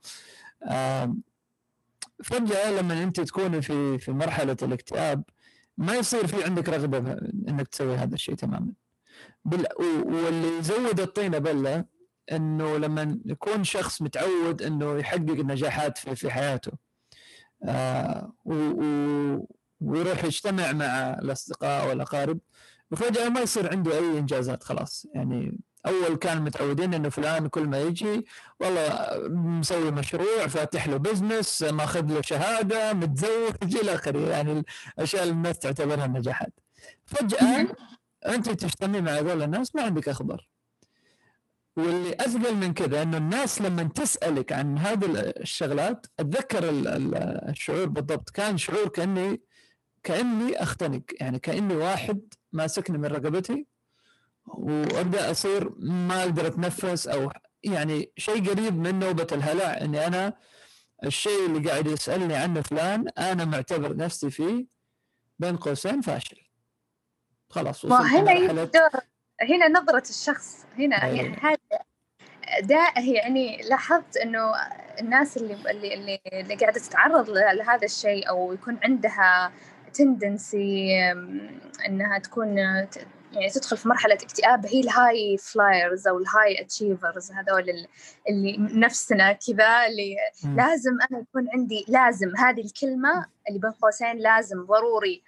فجأة لما أنت تكون في في مرحلة الاكتئاب ما يصير في عندك رغبة أنك تسوي هذا الشيء تماما. واللي يزود الطينة بلة أنه لما يكون شخص متعود أنه يحقق النجاحات في في حياته آه ويروح يجتمع مع الأصدقاء والأقارب، وفجأة ما يصير عنده أي إنجازات، خلاص يعني أول كان متعودين إنه فلان كل ما يجي والله مسوي مشروع، فاتح له بزنس، ماخذ له شهادة، متزوج إلى آخره، يعني الأشياء اللي الناس تعتبرها نجاحات. فجأة أنت تجتمع مع هذول الناس ما عندك أخبار. واللي أثقل من كذا إنه الناس لما تسألك عن هذه الشغلات، أتذكر الشعور بالضبط، كان شعور كأني كأني أختنق، يعني كأني واحد ماسكني من رقبتي وأبدأ أصير ما أقدر أتنفس، أو يعني شيء قريب من نوبة الهلع، إني أنا الشيء اللي قاعد يسألني عنه فلان أنا معتبر نفسي فيه بين قوسين فاشل. خلاص وصلت مرحلة. هنا نظرة الشخص هنا هذا ده يعني لاحظت إنه الناس اللي اللي اللي, اللي قاعدة تتعرض لهذا الشيء أو يكون عندها تندنسي إنها تكون يعني تدخل في مرحلة اكتئاب، هي الهاي فلايرز أو الهاي أتشيفرز، هذول اللي نفسنا كذا، اللي م. لازم أنا يكون عندي، لازم هذه الكلمة اللي بين قوسين لازم ضروري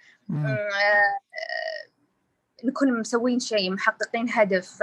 نكون مسوين شيء، محققين هدف،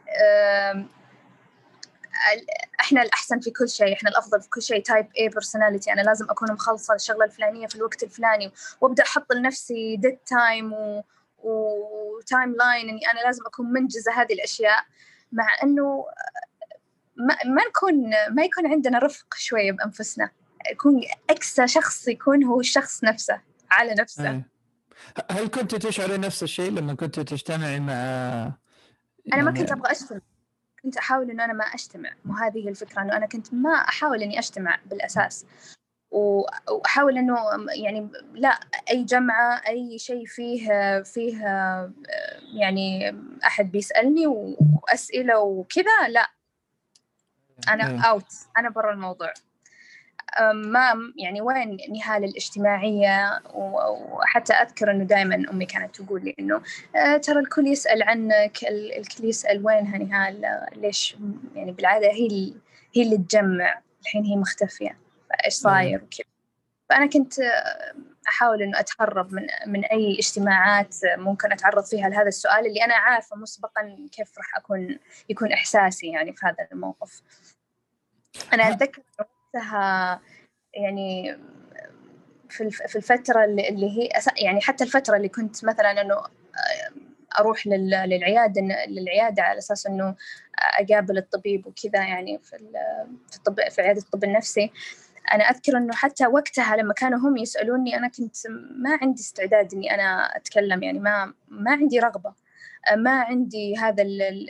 احنا الاحسن في كل شيء، احنا الافضل في كل شيء، تايب اي بيرسوناليتي، انا لازم اكون مخلصه الشغله الفلانيه في الوقت الفلاني، وابدا احط لنفسي ديد تايم وتايم لاين اني انا لازم اكون منجزه هذه الاشياء، مع انه ما, ما نكون ما يكون عندنا رفق شويه بانفسنا، يكون اقصى شخص يكون هو الشخص نفسه على نفسه. أي. هل كنت تشعري نفس الشيء لما كنت تجتمعي مع يعني انا ما كنت ابغى اشتغل، كنت أحاول إنه أنا ما أجتمع، مو هذه الفكرة، إنه أنا كنت ما أحاول إني أجتمع بالأساس، وأحاول إنه يعني لا أي جمعة أي شيء فيه فيه يعني أحد بيسألني وأسئلة وكذا، لا أنا أوت، أنا برا الموضوع، ما يعني وين نهاية الاجتماعية. وحتى أذكر إنه دائما أمي كانت تقول لي إنه ترى الكل يسأل عنك، الكل يسأل وينها نهال، ليش يعني بالعادة هي هي اللي تجمع، الحين هي مختفية، إيش صاير وكذا. فأنا كنت أحاول إنه أتهرب من من أي اجتماعات ممكن أتعرض فيها لهذا السؤال اللي أنا عارفة مسبقا كيف راح أكون يكون إحساسي يعني في هذا الموقف. أنا أتذكر وقتها يعني في في الفترة اللي هي يعني حتى الفترة اللي كنت مثلا إنه أروح للعيادة للعيادة على أساس إنه أقابل الطبيب وكذا، يعني في في الطب في عيادة الطب النفسي. أنا أذكر إنه حتى وقتها لما كانوا هم يسألوني أنا كنت ما عندي استعداد إني أنا أتكلم، يعني ما ما عندي رغبة، ما عندي هذا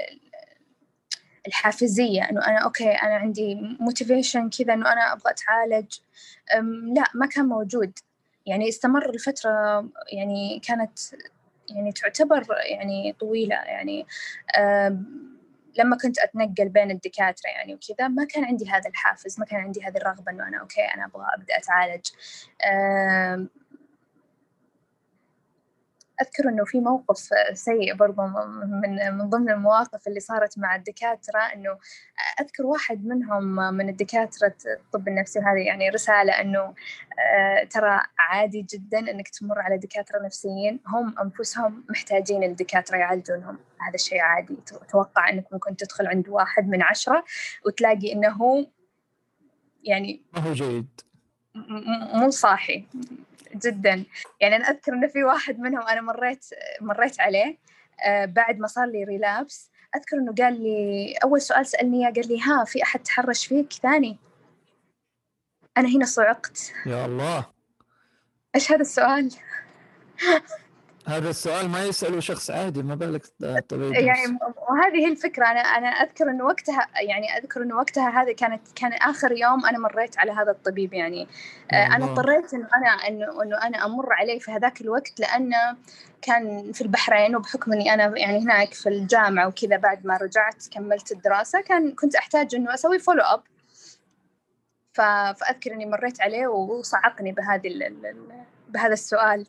الحافزية إنه أنا أوكي أنا عندي موتيفيشن كذا إنه أنا أبغى أتعالج، لا ما كان موجود. يعني استمر الفترة يعني كانت يعني تعتبر يعني طويلة، يعني لما كنت أتنقل بين الدكاترة يعني وكذا ما كان عندي هذا الحافز، ما كان عندي هذه الرغبة إنه أنا أوكي أنا أبغى أبدأ أتعالج. أذكر إنه في موقف سيء برضو من من ضمن المواقف اللي صارت مع الدكاترة، إنه أذكر واحد منهم من الدكاترة الطب النفسي، هذه يعني رسالة إنه ترى عادي جدا إنك تمر على دكاترة نفسيين هم أنفسهم محتاجين الدكاترة يعالجونهم، هذا الشيء عادي. توقع إنك ممكن تدخل عند واحد من عشرة وتلاقي إنه يعني ما هو جيد، مو صاحي جدا. يعني أنا أذكر إنه في واحد منهم أنا مريت مريت عليه آه بعد ما صار لي ريلابس، أذكر إنه قال لي أول سؤال سألني قال لي ها في أحد تحرش فيك ثاني؟ أنا هنا صعقت، يا الله إيش هذا السؤال؟ هذا السؤال ما يسأله شخص عادي، ما بالك طبيب. يعني وهذه هي الفكرة. أنا أنا أذكر إنه وقتها يعني أذكر إنه وقتها هذه كانت كان آخر يوم أنا مريت على هذا الطبيب، يعني أنا اضطريت إنه أنا إنه إنه أنا أمر عليه في هذاك الوقت، لأنه كان في البحرين، وبحكم إني أنا يعني هناك في الجامعة وكذا بعد ما رجعت كملت الدراسة كان كنت أحتاج إنه أسوي فولو أب، فأذكر إني مريت عليه وصعقني بهذه بهذا السؤال.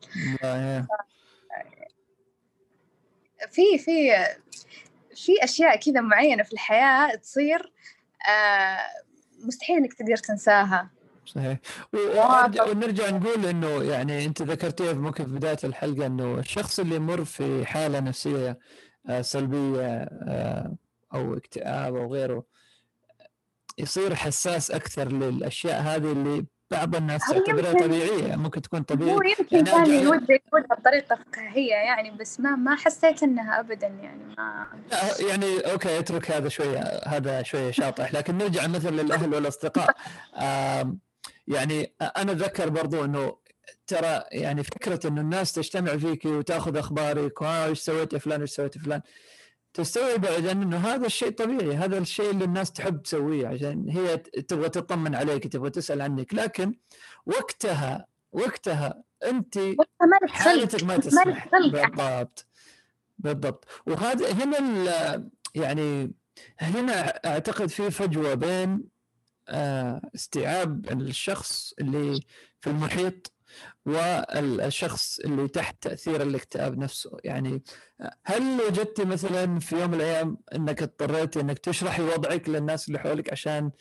في في في أشياء كذا معينة في الحياة تصير آه مستحيل إنك تقدر تنساها. صحيح. ونرجع, ونرجع نقول إنه يعني أنت ذكرتيها في بداية الحلقة إنه الشخص اللي يمر في حالة نفسية آه سلبية آه أو اكتئاب أو غيره يصير حساس أكثر للأشياء هذه اللي بعض الناس تعتبرها طبيعية، ممكن تكون طبيعية. هو يمكن يعني كان يود يقولها بطريقة فكاهية يعني، بس ما ما حسيت إنها أبدا يعني ما لا يعني أوكي اترك هذا شوية، هذا شوية شاطح. لكن نرجع مثل للأهل والأصدقاء. يعني أنا أتذكر برضو إنه ترى يعني فكرة إنه الناس تجتمع فيك وتأخذ أخبارك وإيش سويت فلان إيش سويت فلان، تستوعب بعدين إنه هذا الشيء طبيعي، هذا الشيء اللي الناس تحب تسويه عشان هي تبغى تطمن عليك، تبغى تسأل عنك. لكن وقتها وقتها أنت حالتك ما تسمح. بالضبط بالضبط. وهذا هنا يعني هنا أعتقد في فجوة بين استيعاب الشخص اللي في المحيط والشخص اللي تحت تأثير الاكتئاب نفسه. يعني هل وجدت مثلا في يوم من الأيام أنك اضطريت أنك تشرحي وضعك للناس اللي حولك عشان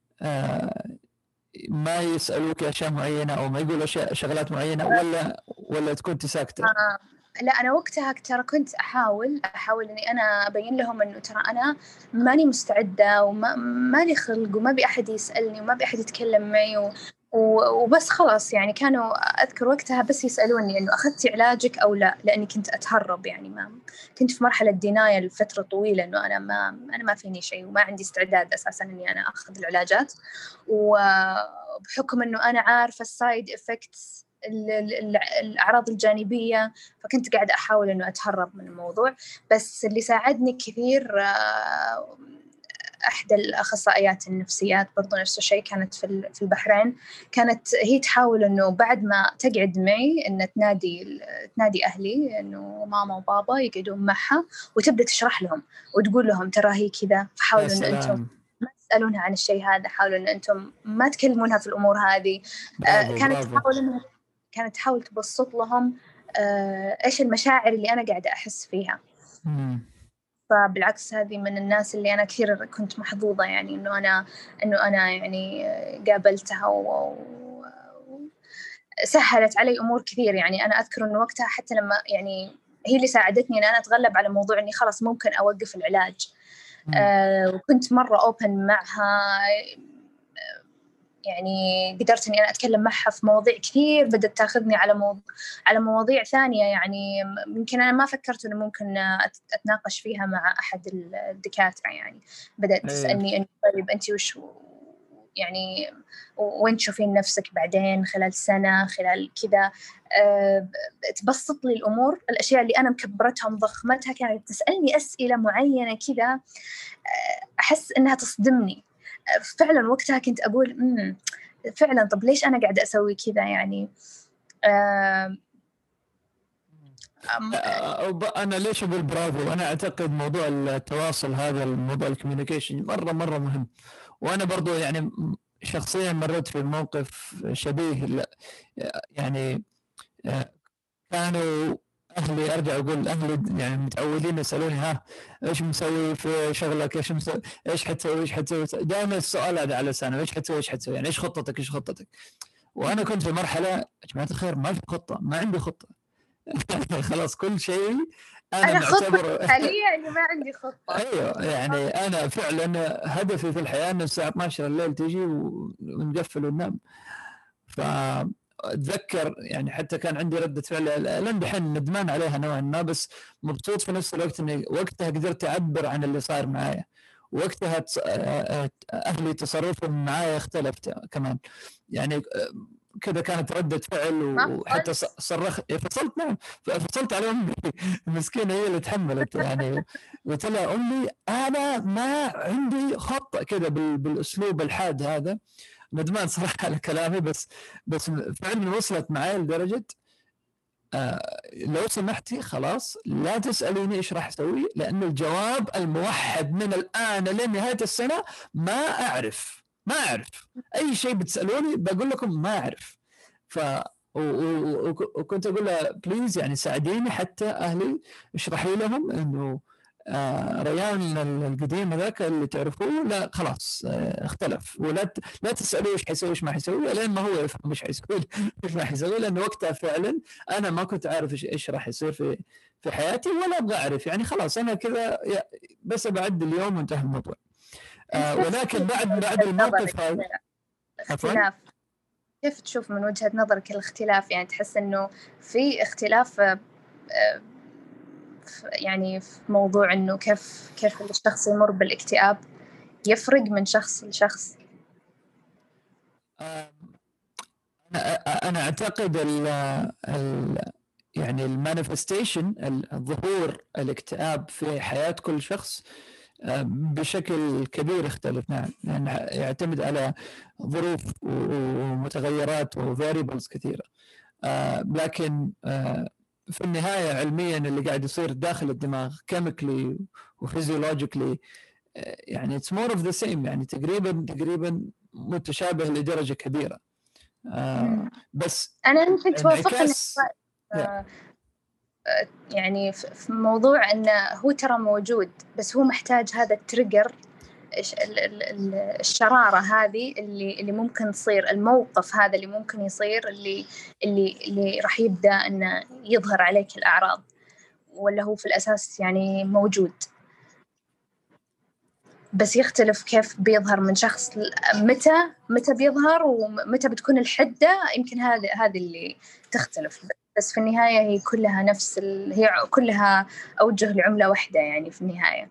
ما يسألوك أشياء معينة أو ما يقولوا شغلات معينة، ولا ولا تكون ساكتة؟ آه. لا أنا وقتها ترى كنت أحاول أحاول إني أنا أبين لهم إنه ترى أنا ماني مستعدة وما مالي خلق وما بي أحد يسألني وما بي أحد يتكلم معي و... وبس خلاص. يعني كانوا أذكر وقتها بس يسألوني إنه أخذتي علاجك أو لا، لأني كنت أتهرب. يعني ما كنت في مرحلة ديناية لفترة طويلة إنه أنا ما أنا ما فيني شيء وما عندي استعداد أساساً إني أنا أخذ العلاجات، وبحكم إنه أنا عارفة السايد إفكتس الأعراض الجانبية، فكنت قاعدة أحاول إنه أتهرب من الموضوع. بس اللي ساعدني كثير أحد الأخصائيات النفسيات برضو نفس الشيء، كانت في في البحرين. كانت هي تحاول إنه بعد ما تقعد معي إن تنادي تنادي أهلي إنه ماما وبابا يقعدون معها وتبدأ تشرح لهم وتقول لهم ترى هي كذا، فحاولوا إن أنتم ما تسألونها عن الشيء هذا، حاولوا إن أنتم ما تكلمونها في الأمور هذه. برافو كانت برافو. تحاول إنها كانت تحاول تبسط لهم إيش المشاعر اللي أنا قاعدة أحس فيها. مم. فبالعكس هذه من الناس اللي أنا كثير كنت محظوظة يعني إنه أنا إنه أنا يعني قابلتها وسهلت علي أمور كثير. يعني أنا أذكر إنه وقتها حتى لما يعني هي اللي ساعدتني إن أنا أتغلب على موضوع إني خلاص ممكن أوقف العلاج. آه وكنت مرة أوبن معها، يعني قدرت إني أنا أتكلم معها في مواضيع كثير، بدأت تأخذني على موضوع على مواضيع ثانية يعني يمكن أنا ما فكرت إنه ممكن أتناقش فيها مع أحد الدكاترة. يعني بدأت تسألني أنت طيب أنت وش يعني وين تشوفين نفسك بعدين خلال سنة خلال كذا. أه تبسط لي الأمور، الأشياء اللي أنا مكبرتها مضخمتها كانت تسألني أسئلة معينة كذا أحس إنها تصدمني فعلا. وقتها كنت أقول مم فعلا طب ليش أنا قاعدة أسوي كذا يعني. أه أنا ليش أقول برافو؟ أنا أعتقد موضوع التواصل هذا، الموضوع الكوميونيكيشن مرة مرة مهم. وأنا برضو يعني شخصيا مريت في موقف شبيه. يعني كانوا أهلي، أرجع أقول أهلي يعني متعودين يسألوني ها إيش مسوي في شغلك، إيش مسوي، إيش حتسوي، إيش حتسوي. دائما السؤال هذا على لسانه، إيش حتسوي، إيش حتسوي، يعني إيش خطتك، إيش خطتك. وأنا كنت في مرحلة يا جماعة الخير ما في خطة، ما عندي خطة. خلاص كل شيء أنا, أنا معتبره حاليا اللي ما عندي خطة. أيوة يعني أنا فعلا هدفي في الحياة أن الساعة اثنا عشر الليل تيجي ونقفل وننام. فأتذكر يعني حتى كان عندي ردة فعل لين دحين ندمان عليها نوعا ما، بس مبسوط في نفس الوقت إني وقتها قدرت أعبر عن اللي صار معايا. وقتها أهلي تصرفهم معايا اختلفت كمان، يعني كذا كانت ردة فعل. وحتى صرخ فصلت نعم فصلت على أمي المسكينة هي اللي تحملت. يعني قلت لها أمي أنا ما عندي خطة كذا بالأسلوب الحاد هذا. ندمان صراحة على كلامي، بس بس فعلا وصلت معي لدرجة آه لو سمحتي خلاص لا تسأليني إيش راح أسوي، لأن الجواب الموحد من الآن لنهاية السنة ما أعرف ما أعرف أي شيء بتسألوني بقول لكم ما أعرف. ف وكنت أقول لها بليز يعني ساعديني حتى أهلي اشرحي لهم إنه آه ريان القديم هذاك اللي تعرفوه لا خلاص آه اختلف، ولا ت... لا تسألوه ايش حيسوي ايش ما حيسوي لين ما هو يفهم ايش حيسوي ايش ما حيسوي، لأنه وقتها فعلا أنا ما كنت عارف ايش ايش راح يصير في في حياتي ولا أبغى أعرف، يعني خلاص أنا كذا بس بعد اليوم وانتهى الموضوع. آه ولكن بعد بعد الموقف هذا اختلاف. كيف تشوف من وجهة نظرك الاختلاف؟ يعني تحس إنه في اختلاف يعني في موضوع إنه كيف كيف الشخص يمر بالاكتئاب يفرق من شخص لشخص؟ أنا أعتقد ال ال يعني المانيفستيشن الظهور الاكتئاب في حياة كل شخص بشكل كبير يختلف. نعم يعني يعتمد على ظروف ومتغيرات وفاريبلز كثيرة، لكن في النهاية علميا اللي قاعد يصير داخل الدماغ كيميكلي وفيزيولوجيكلي يعني it's more of the same، يعني تقريبا تقريبا متشابه لدرجة كبيرة. آه بس أنا يمكن توافقني آه يعني في موضوع أنه هو ترى موجود، بس هو محتاج هذا التريجر، الشرارة هذه اللي اللي ممكن تصير، الموقف هذا اللي ممكن يصير اللي اللي اللي راح يبدأ أنه يظهر عليك الأعراض، ولا هو في الأساس يعني موجود بس يختلف كيف بيظهر من شخص، متى متى بيظهر ومتى بتكون الحدة، يمكن هذا هذه اللي تختلف، بس في النهاية هي كلها نفس ال... هي كلها أوجه لعملة واحدة يعني في النهاية.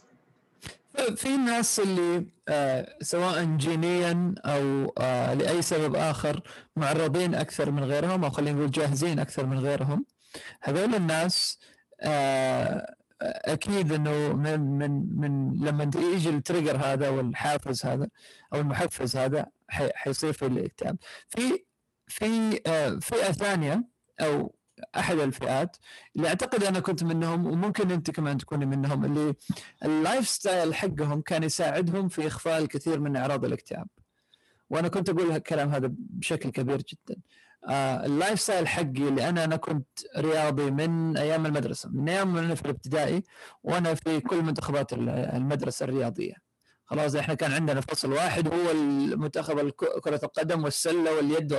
في ناس اللي آه سواء جينيا أو آه لأي سبب آخر معرضين أكثر من غيرهم، أو خلينا نقول جاهزين أكثر من غيرهم. هذول الناس آه أكيد إنه من من من لما يجي التريجر هذا والحافز هذا أو المحفز هذا حيصير في الاكتئاب. في في آه فئة ثانية أو أحد الفئات اللي أعتقد أنا كنت منهم وممكن أنت كمان تكوني منهم، اللي اللايف ستايل حقهم كان يساعدهم في إخفاء الكثير من أعراض الاكتئاب. وأنا كنت أقول الكلام هذا بشكل كبير جدا. آه اللايف ستايل حقي اللي أنا أنا كنت رياضي من أيام المدرسة، من أيام أنا في الابتدائي وأنا في كل منتخبات المدرسة الرياضية. خلاص احنا كان عندنا فصل واحد هو المنتخب كرة القدم والسلة واليد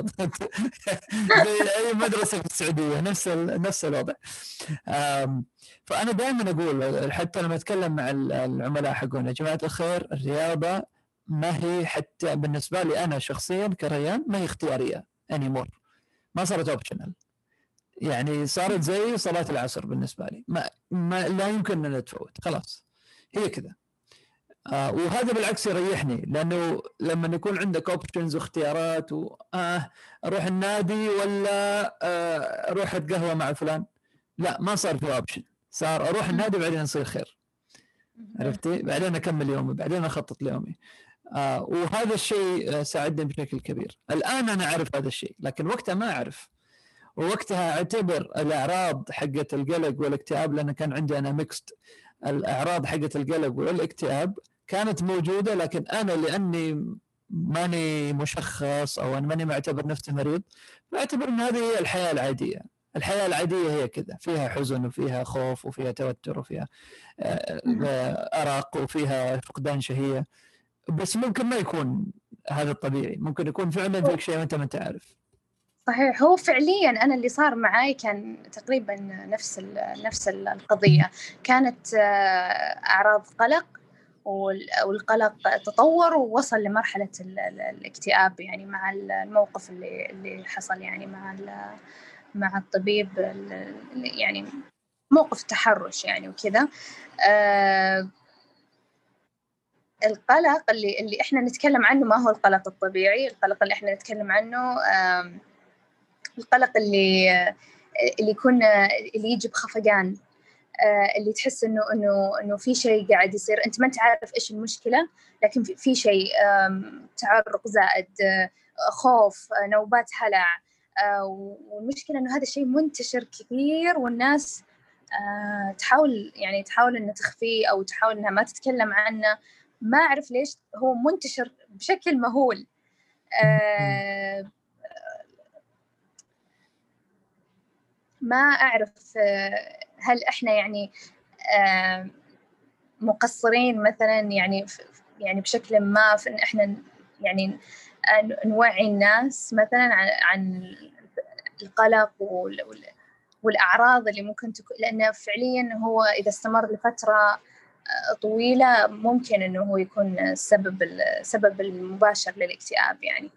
زي اي مدرسة في السعودية، نفس نفس الوضع. فانا دائما اقول حتى لما اتكلم مع العملاء حقونا، يا جماعة الخير الرياضة ما هي حتى بالنسبة لي انا شخصيا كريان ما هي اختيارية anymore، ما صارت اوبشنال، يعني صارت زي صلاة العصر بالنسبة لي، ما, ما لا يمكن ان نتفوت، خلاص هي كذا. آه وهذا بالعكس يريحني، لأنه لما يكون عندك اوبشنز واختيارات و آه أروح النادي ولا آه أروح أتقهوى مع فلان، لا ما صار في اوبشن، صار أروح النادي بعدين يصير خير، عرفتي؟ بعدين أكمل يومي، بعدين أخطط ليومي. آه وهذا الشيء ساعدني بشكل كبير. الآن أنا أعرف هذا الشيء، لكن وقتها ما أعرف، ووقتها أعتبر الأعراض حقة القلق والاكتئاب، لأن كان عندي أنا ميكست، الأعراض حقة القلق والاكتئاب كانت موجودة، لكن أنا لأني ماني مشخص أو أنا ماني معتبر نفسي مريض، بعتبر أن هذه هي الحياة العادية. الحياة العادية هي كذا، فيها حزن وفيها خوف وفيها توتر وفيها أرق وفيها فقدان شهية، بس ممكن ما يكون هذا الطبيعي، ممكن يكون فعلا فيك شيء وأنت ما تعرف. صحيح، هو فعليا أنا اللي صار معاي كان تقريبا نفس نفس القضية، كانت أعراض قلق، والقلق تطور ووصل لمرحلة الاكتئاب، يعني مع الموقف اللي اللي حصل يعني مع مع الطبيب، يعني موقف تحرش يعني وكذا. آه القلق اللي اللي احنا نتكلم عنه ما هو القلق الطبيعي، القلق اللي احنا نتكلم عنه آه القلق اللي اللي يكون اللي يجي بخفقان، اللي تحس انه انه انه في شيء قاعد يصير، انت ما انت عارف ايش المشكله، لكن في شيء تعرق زائد، خوف، نوبات هلع، والمشكله انه هذا الشيء منتشر كثير، والناس تحاول يعني تحاول انها تخفيه او تحاول انها ما تتكلم عنه، ما اعرف ليش هو منتشر بشكل مهول. ما أعرف هل إحنا يعني مقصرين مثلا يعني يعني بشكل ما في إن إحنا يعني نوعي الناس مثلا عن عن القلق والأعراض اللي ممكن تكون، لأنه فعليا هو إذا استمر لفترة طويلة ممكن إنه هو يكون السبب السبب المباشر للاكتئاب يعني.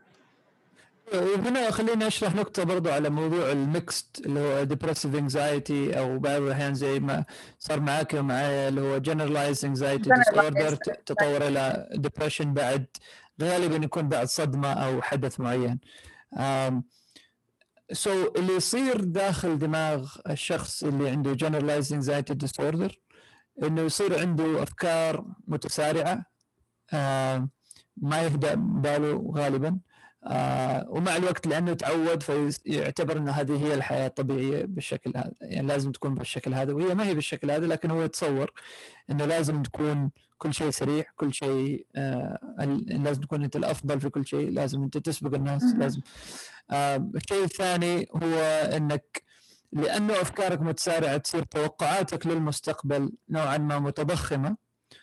وهنا خليني أشرح نقطة برضو على موضوع الميكست اللي هو depressive anxiety أو بعض الأحيان زي ما صار معاك ومعايا اللي هو generalized anxiety disorder تطور إلى depression بعد غالبا يكون بعد صدمة أو حدث معين. um, so اللي يصير داخل دماغ الشخص اللي عنده generalized anxiety disorder إنه يصير عنده أفكار متسارعة، uh, ما يهدأ باله غالبا، آه ومع الوقت لأنه تعود فيعتبر أن هذه هي الحياة الطبيعية بالشكل هذا، يعني لازم تكون بالشكل هذا، وهي ما هي بالشكل هذا، لكن هو يتصور أنه لازم تكون كل شيء سريع، كل شيء آه لازم تكون أنت الأفضل في كل شيء، لازم أنت تسبق الناس. لازم آه الشيء الثاني هو أنك لأنه أفكارك متسارعة تصير توقعاتك للمستقبل نوعا ما متضخمة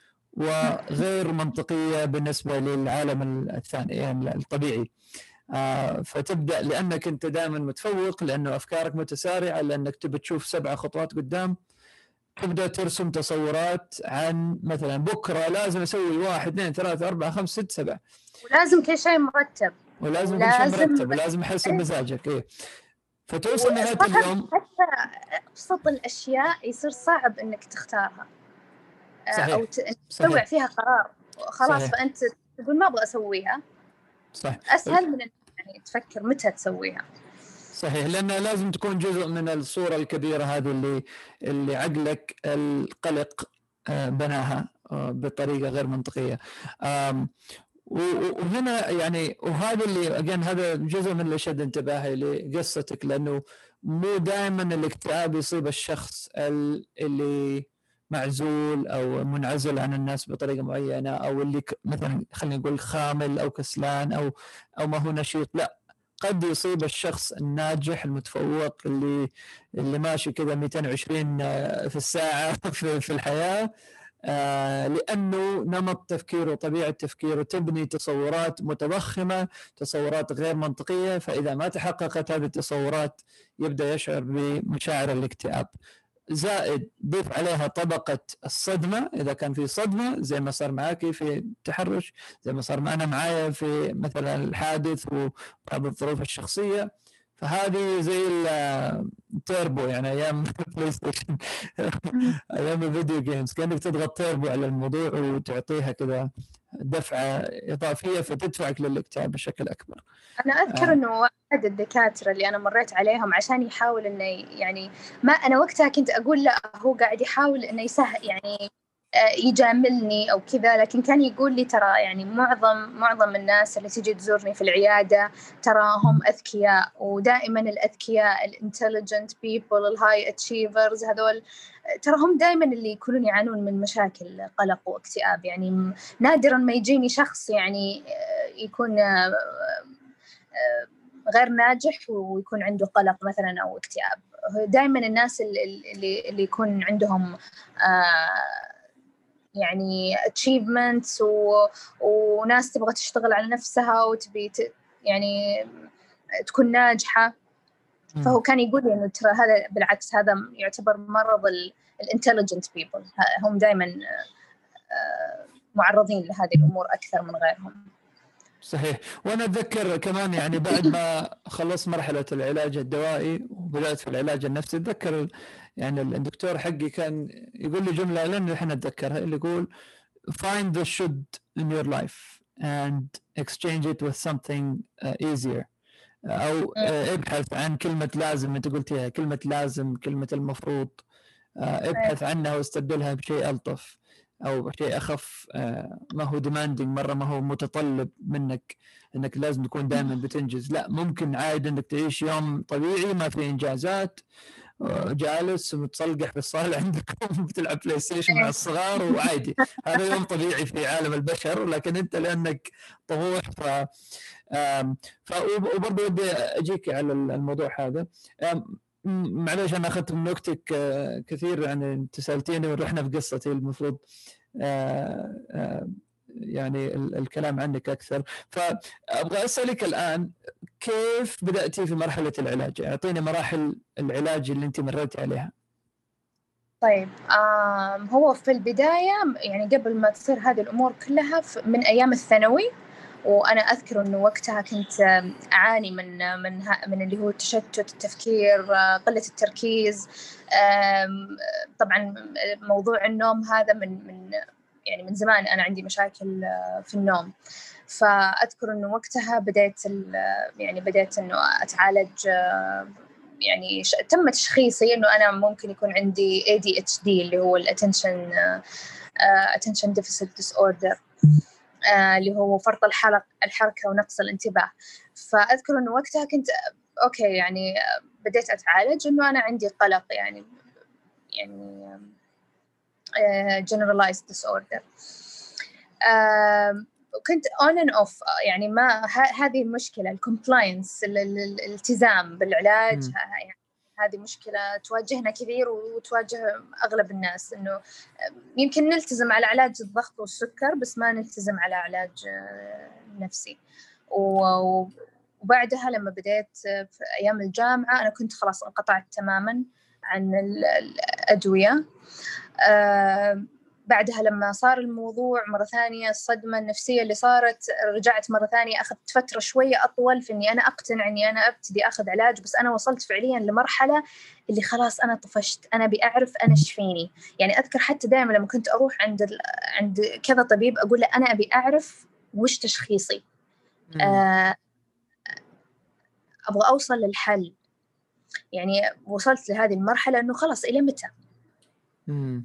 وغير منطقية بالنسبة للعالم الثاني يعني الطبيعي. آه فتبدأ لأنك أنت دائما متفوق، لأنه أفكارك متسارعة، لأنك تبي تشوف سبعة خطوات قدام، تبدأ ترسم تصورات عن مثلا بكرة لازم أسوي واحد اثنين ثلاثة أربعة خمسة ستة سبعة، ولازم كل شيء مرتب، ولازم, ولازم كل شيء مرتب، ولازم حسب مزاجك. إيه فتوصل نهاية اليوم حتى أبسط الأشياء يصير صعب إنك تختارها. صحيح. أو تسوي فيها قرار خلاص صحيح. فأنت تقول ما أبغى أسويها، صح. أسهل من يعني تفكر متى تسويها. صحيح، لأنه لازم تكون جزء من الصورة الكبيرة هذه اللي اللي عقلك القلق بناها بطريقة غير منطقية. وهنا يعني وهذا اللي أجين هذا جزء من اللي شد انتباهي لقصتك، لأنه مو دائما الاكتئاب يصيب الشخص اللي معزول أو منعزل عن الناس بطريقة معينة، أو اللي مثلا خلينا نقول خامل أو كسلان أو أو ما هو نشيط، لا، قد يصيب الشخص الناجح المتفوق اللي اللي ماشي كذا مئتين وعشرين في الساعة في, في الحياة، آه لأنه نمط تفكيره وطبيعة تفكيره تبني تصورات متضخمة، تصورات غير منطقية، فإذا ما تحققت هذه التصورات يبدأ يشعر بمشاعر الاكتئاب. زائد ضيف عليها طبقة الصدمة، إذا كان في صدمة زي ما صار معاكي في التحرش، زي ما صار معنا معايا في مثلا الحادث وبعض الظروف الشخصية، فهذه زي التيربو يعني أيام بلاي ستيشن أيام الفيديو جيمز، كأنك تضغط تيربو على الموضوع وتعطيها كذا دفعة إضافية فتدفعك للاكتئاب بشكل أكبر. أنا أذكر آه. إنه أحد الدكاترة اللي أنا مريت عليهم عشان يحاول إنه يعني ما أنا وقتها كنت أقول لا هو قاعد يحاول إنه يسهل يعني يجاملني أو كذا، لكن كان يقول لي ترى يعني معظم معظم الناس اللي تيجي تزورني في العيادة تراهم أذكياء، ودائما الأذكياء الانتليجنت بيبل الهاي اتشيفرز هذول تراهم دائما اللي يكونون يعانون من مشاكل قلق واكتئاب، يعني نادرا ما يجيني شخص يعني يكون غير ناجح ويكون عنده قلق مثلا أو اكتئاب. دائما الناس اللي اللي يكون عندهم يعني achievements و... وناس تبغى تشتغل على نفسها وتبي ت... يعني تكون ناجحة، فهو كان يقول لي إنه ترى هذا بالعكس هذا يعتبر مرض ال intelligent people، هم دائما معرضين لهذه الأمور أكثر من غيرهم. صحيح. وأنا أتذكر كمان يعني بعد ما خلصت مرحلة العلاج الدوائي وبدأت في العلاج النفسي، أتذكر يعني الدكتور حقي كان يقول لي جملة لأن إحنا نتذكرها، اللي يقول find the should in your life and exchange it with something easier، أو ابحث عن كلمة لازم، أنت قلتيها كلمة لازم، كلمة المفروض، ابحث عنها واستبدلها بشيء ألطف أو شيء أخف، ما هو demanding مرة، ما هو متطلب منك أنك لازم تكون دائما بتنجز، لا، ممكن عايد أنك تعيش يوم طبيعي ما في إنجازات، جالس ومتصلقح في الصالة عندكم بتلعب بلاي ستيشن مع الصغار وعادي، هذا يوم طبيعي في عالم البشر، لكن أنت لأنك طموح ف وبرضه بدي أجيك على الموضوع هذا. معليش أنا أخذت من وقتك كثير، يعني أنت سألتيني ورحنا في قصتي المفروض آه آه يعني الكلام عنك أكثر. فأبغى أسألك الآن كيف بدأتي في مرحلة العلاج؟ أعطيني مراحل العلاج اللي أنت مريتي عليها. طيب هو في البداية يعني قبل ما تصير هذه الأمور كلها من أيام الثانوي، وأنا أذكر إنه وقتها كنت أعاني من من من اللي هو التشتت، التفكير، قلة التركيز. طبعا موضوع النوم هذا من من يعني من زمان أنا عندي مشاكل في النوم. فأذكر إنه وقتها بدأت يعني بدأت إنه أتعالج، يعني تم تشخيصي إنه أنا ممكن يكون عندي إيه دي إتش دي اللي هو الاتنشن attention deficit disorder، اللي هو فرط الحركة الحركة ونقص الانتباه. فأذكر إنه وقتها كنت أوكي يعني بديت أتعالج إنه أنا عندي قلق، يعني يعني generalized disorder. وكنت on and off، يعني ما هذه المشكلة الكومبلاينس، الالتزام بالعلاج. م. يعني هذه مشكلة تواجهنا كثير وتواجه أغلب الناس، إنه يمكن نلتزم على علاج الضغط والسكر بس ما نلتزم على علاج نفسي. وبعدها لما بديت في أيام الجامعة أنا كنت خلاص انقطعت تماماً عن الأدوية. أه بعدها لما صار الموضوع مرة ثانية، الصدمة النفسية اللي صارت، رجعت مرة ثانية، أخذت فترة شوية أطول في إني أنا أقتنع إني أنا أبتدي أخذ علاج. بس أنا وصلت فعليا لمرحلة اللي خلاص أنا طفشت، أنا بأعرف أنا إيش فيني. يعني أذكر حتى دائما لما كنت أروح عند ال... عند كذا طبيب أقول له أنا أبي أعرف وش تشخيصي، آه... أبغى أوصل للحل. يعني وصلت لهذه المرحلة إنه خلاص إلى متى؟ مم.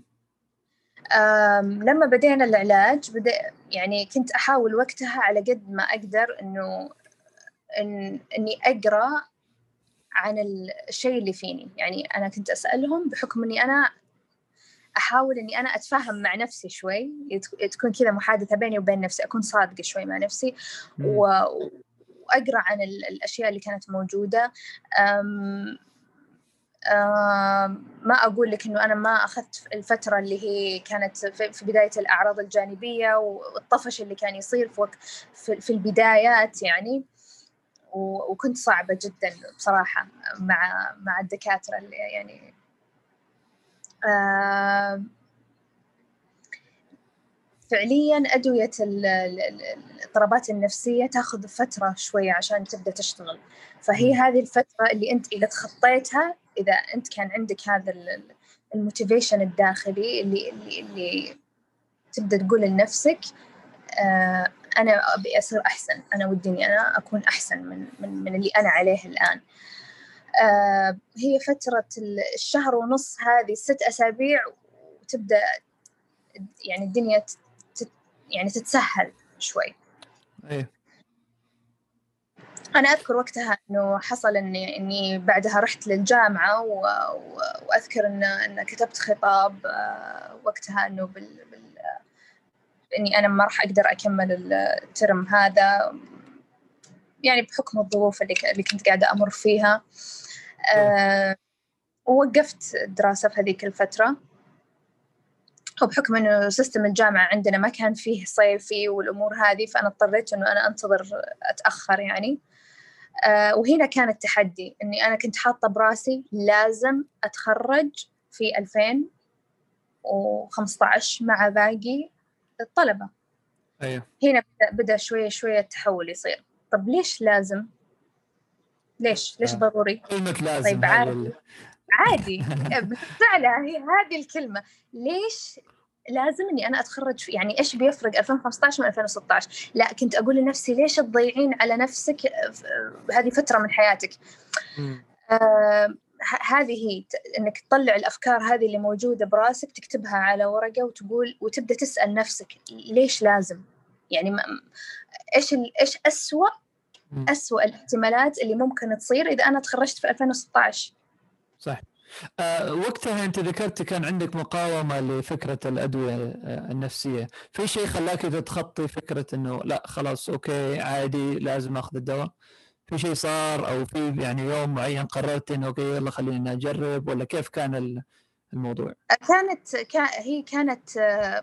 لما بدينا العلاج بدأ يعني كنت أحاول وقتها على قد ما أقدر إنه إن إني أقرأ عن الشيء اللي فيني. يعني أنا كنت أسألهم بحكم إني أنا أحاول إني أنا أتفاهم مع نفسي شوي، تكون كذا محادثة بيني وبين نفسي، أكون صادقة شوي مع نفسي و... وأقرأ عن الأشياء اللي كانت موجودة. أم... آه ما أقول لك إنه أنا ما أخذت الفترة اللي هي كانت في بداية الأعراض الجانبية والطفش اللي كان يصير في في البدايات يعني، وكنت صعبة جدا بصراحة مع مع الدكاترة اللي يعني آه فعليا أدوية الاضطرابات النفسية تأخذ فترة شوية عشان تبدأ تشتغل. فهي هذه الفترة اللي أنت إذا تخطيتها، إذا أنت كان عندك هذا الموتيفيشن الداخلي اللي, اللي, اللي تبدأ تقول لنفسك آه أنا أبي أصير أحسن، أنا وديني أنا أكون أحسن من, من, من اللي أنا عليه الآن. آه هي فترة الشهر ونص هذه الست أسابيع وتبدأ يعني الدنيا تت يعني تتسهل شوي. أيه. أنا أذكر وقتها إنه حصل إني إني بعدها رحت للجامعة و... و... وأذكر إن إن كتبت خطاب وقتها إنه بال... بال... إني أنا ما راح أقدر أكمل الترم هذا، يعني بحكم الظروف اللي ك... اللي كنت قاعدة أمر فيها. أه... ووقفت الدراسة في هذيك الفترة، وبحكم إنه سيستم الجامعة عندنا ما كان فيه صيفي والأمور هذه، فأنا اضطريت إنه أنا أنتظر أتأخر يعني. آه وهنا كان التحدي إني أنا كنت حاطة براسي لازم أتخرج في ألفين وخمسة عشر مع باقي الطلبة. أيوه. هنا بدأ, بدأ شوية شوية التحول يصير. طب ليش لازم؟ ليش ليش ضروري؟ كلمة لازم. طيب عادي عادي بالفعل هي هذه الكلمة، ليش لازم إني أنا أتخرج؟ يعني إيش بيفرق ألفين وخمسة عشر من ألفين وستة عشر؟ لا كنت أقول لنفسي ليش تضيعين على نفسك هذه فترة من حياتك؟ آه هذه هي إنك تطلع الأفكار هذه اللي موجودة براسك، تكتبها على ورقة وتقول وتبدأ تسأل نفسك ليش لازم؟ يعني ما إيش إيش أسوأ أسوأ الاحتمالات اللي ممكن تصير إذا أنا تخرجت في ألفين وستة عشر؟ صح. أه وقتها أنت ذكرت كان عندك مقاومة لفكرة الأدوية النفسية، في شيء خلاك تتخطي فكرة إنه لا خلاص أوكي عادي لازم أخذ الدواء؟ في شيء صار أو في يعني يوم معين قررت إنه أوكي يلا خليني أجرب، ولا كيف كان الموضوع؟ كانت كا هي كانت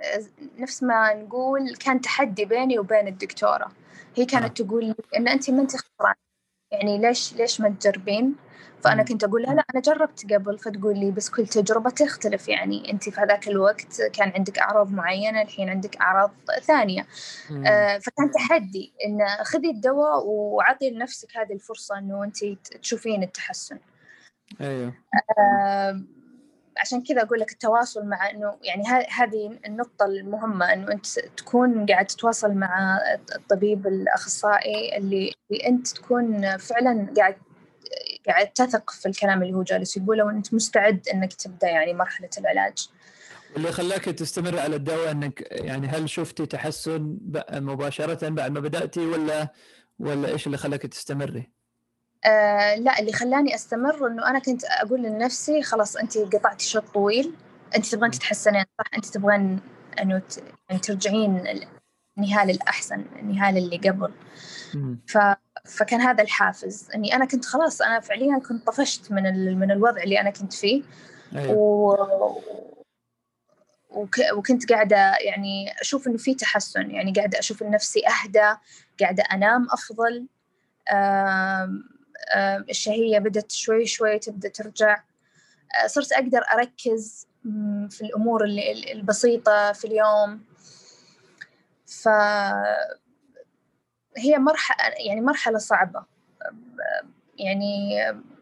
نفس ما نقول كان تحدي بيني وبين الدكتورة. هي كانت تقول لي إن أنت ما أنت خسرانة، يعني ليش ليش ما تجربين؟ فأنا كنت أقول لها لا أنا جربت قبل. فتقول لي بس كل تجربة تختلف، يعني أنت في هذاك الوقت كان عندك أعراض معينة، الحين عندك أعراض ثانية. آه فكان تحدي إن خذي الدواء وعطي لنفسك هذه الفرصة إنه أنت تشوفين التحسن. أيوه. آه عشان كذا أقول لك التواصل مع إنه يعني هذه النقطة المهمة، إنه أنت تكون قاعد تتواصل مع الطبيب الأخصائي اللي, اللي أنت تكون فعلا قاعد قاعد تثق في الكلام اللي هو جالس يقوله، وأنت مستعد إنك تبدأ يعني مرحلة العلاج. واللي خلاك تستمر على الدواء إنك يعني هل شفتي تحسن مباشرة بعد ما بدأتي ولا ولا إيش اللي خلاك تستمري؟ آه لا، اللي خلاني أستمر إنه أنا كنت أقول لنفسي خلاص أنت قطعتي شوط طويل، أنت تبغين تتحسنين صح، أنت تبغين إنه يعني ترجعين النهال الأحسن، النهال اللي قبل. ف... فكان هذا الحافز إني أنا كنت خلاص أنا فعليا كنت طفشت من ال... من الوضع اللي أنا كنت فيه. أيوة. و... وك... وكنت قاعدة يعني أشوف إنه في تحسن، يعني قاعدة أشوف نفسي أهدى، قاعدة أنام أفضل. آم... آم... الشهية بدأت شوي شوي تبدأ ترجع. صرت أقدر أركز في الأمور اللي البسيطة في اليوم. ف هي مرحلة يعني مرحلة صعبة، يعني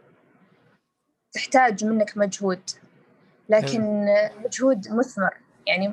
تحتاج منك مجهود، لكن مجهود مثمر. يعني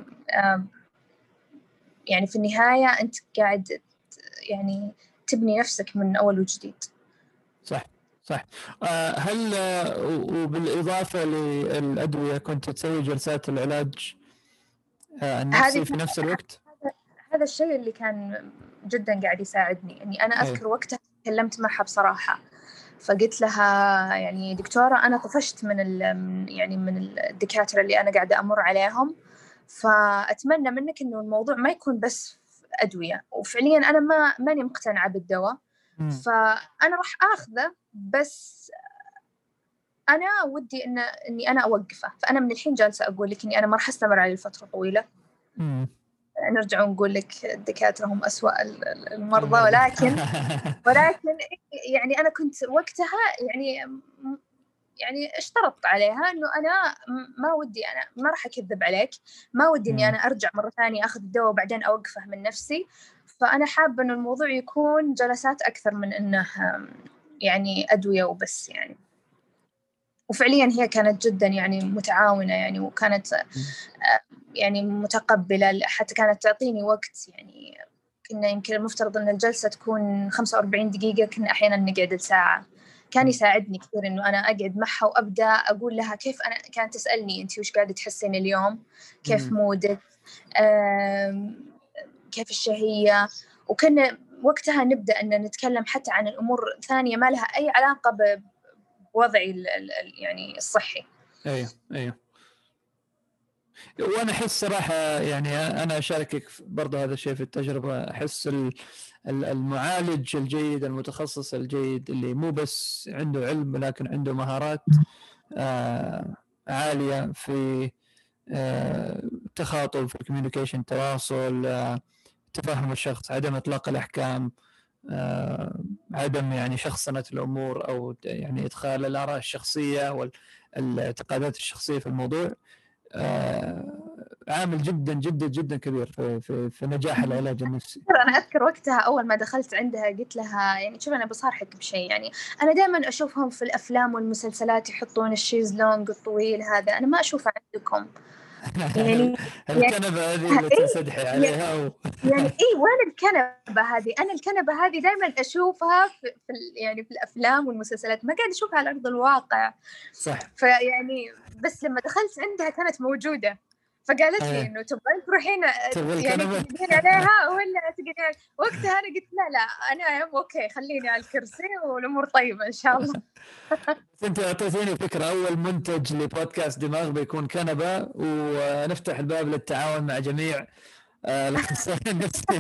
يعني في النهاية أنت قاعد يعني تبني نفسك من أول وجديد. صح صح. هل وبالإضافة للأدوية كنت تسوي جلسات العلاج النفسي في نفس الوقت؟ هذا الشيء اللي كان جدا قاعد يساعدني. إني أنا أذكر أيه. وقتها تكلمت معها بصراحة، فقلت لها يعني دكتورة أنا طفشت من ال يعني من الدكاترة اللي أنا قاعدة أمر عليهم، فأتمنى منك إنه الموضوع ما يكون بس أدوية، وفعليا أنا ما ماني مقتنعة بالدواء، فأنا راح أخذه، بس أنا ودي إن إني أنا أوقفه. فأنا من الحين جالسة أقول لك إني أنا ما راح أستمر عليه لفترة طويلة. مم. نرجع ونقول لك الدكاترة هم أسوأ المرضى، ولكن ولكن يعني أنا كنت وقتها يعني يعني اشترطت عليها إنه أنا ما ودي، أنا ما راح أكذب عليك، ما ودي إني أنا أرجع مرة ثانية أخذ الدواء وبعدين أوقفه من نفسي. فأنا حابة إنه الموضوع يكون جلسات أكثر من إنه يعني أدوية وبس يعني. وفعليا هي كانت جدا يعني متعاونة يعني، وكانت يعني متقبلة، حتى كانت تعطيني وقت. يعني كنا يمكن المفترض أن الجلسة تكون خمسة وأربعين دقيقة، كنا أحيانا نقعد لساعة. كان يساعدني كثير إنه أنا أقعد معها وأبدأ أقول لها كيف أنا، كانت تسألني أنتي وش قاعدة تحسين اليوم، كيف مودك، كيف الشهية. وكنا وقتها نبدأ أن نتكلم حتى عن الأمور ثانية ما لها أي علاقة بوضعي يعني الصحي. أيوه أيوه. وأنا أحس صراحة يعني أنا أشاركك برضه هذا الشيء في التجربة. أحس المعالج الجيد المتخصص الجيد اللي مو بس عنده علم لكن عنده مهارات عالية في تخاطب، في الكوميونيكيشن، تواصل، تفهم الشخص، عدم إطلاق الأحكام، عدم يعني شخصنة الأمور أو يعني إدخال الآراء الشخصية والاعتقادات الشخصية في الموضوع، عامل جدا جدا جدا كبير في في, في نجاح العلاج النفسي. أنا أذكر وقتها أول ما دخلت عندها قلت لها يعني شوف أنا بصارحك بشيء، يعني أنا دائما أشوفهم في الأفلام والمسلسلات يحطون الشيزلونج الطويل هذا، أنا ما أشوفه عندكم. يعني الكنبة هذه اللي تنسدحي عليها و... يعني إيه وين الكنبة هذه؟ أنا الكنبة هذه دائما أشوفها في, في يعني في الأفلام والمسلسلات، ما قاعد أشوفها على أرض الواقع. صح. فيعني بس لما دخلت عندها كانت موجودة، فقالت لي إنه تبغين تروحين يعني تقعدين عليها ولا تقعدين. وقتها أنا قلت لا لا أنا أوكي خليني على الكرسي والأمور طيبة إن شاء الله. أنت أعطيتيني فكرة، أول منتج لبودكاست دماغ بيكون كنبة، ونفتح الباب للتعاون مع جميع الاخصائيين النفسيين.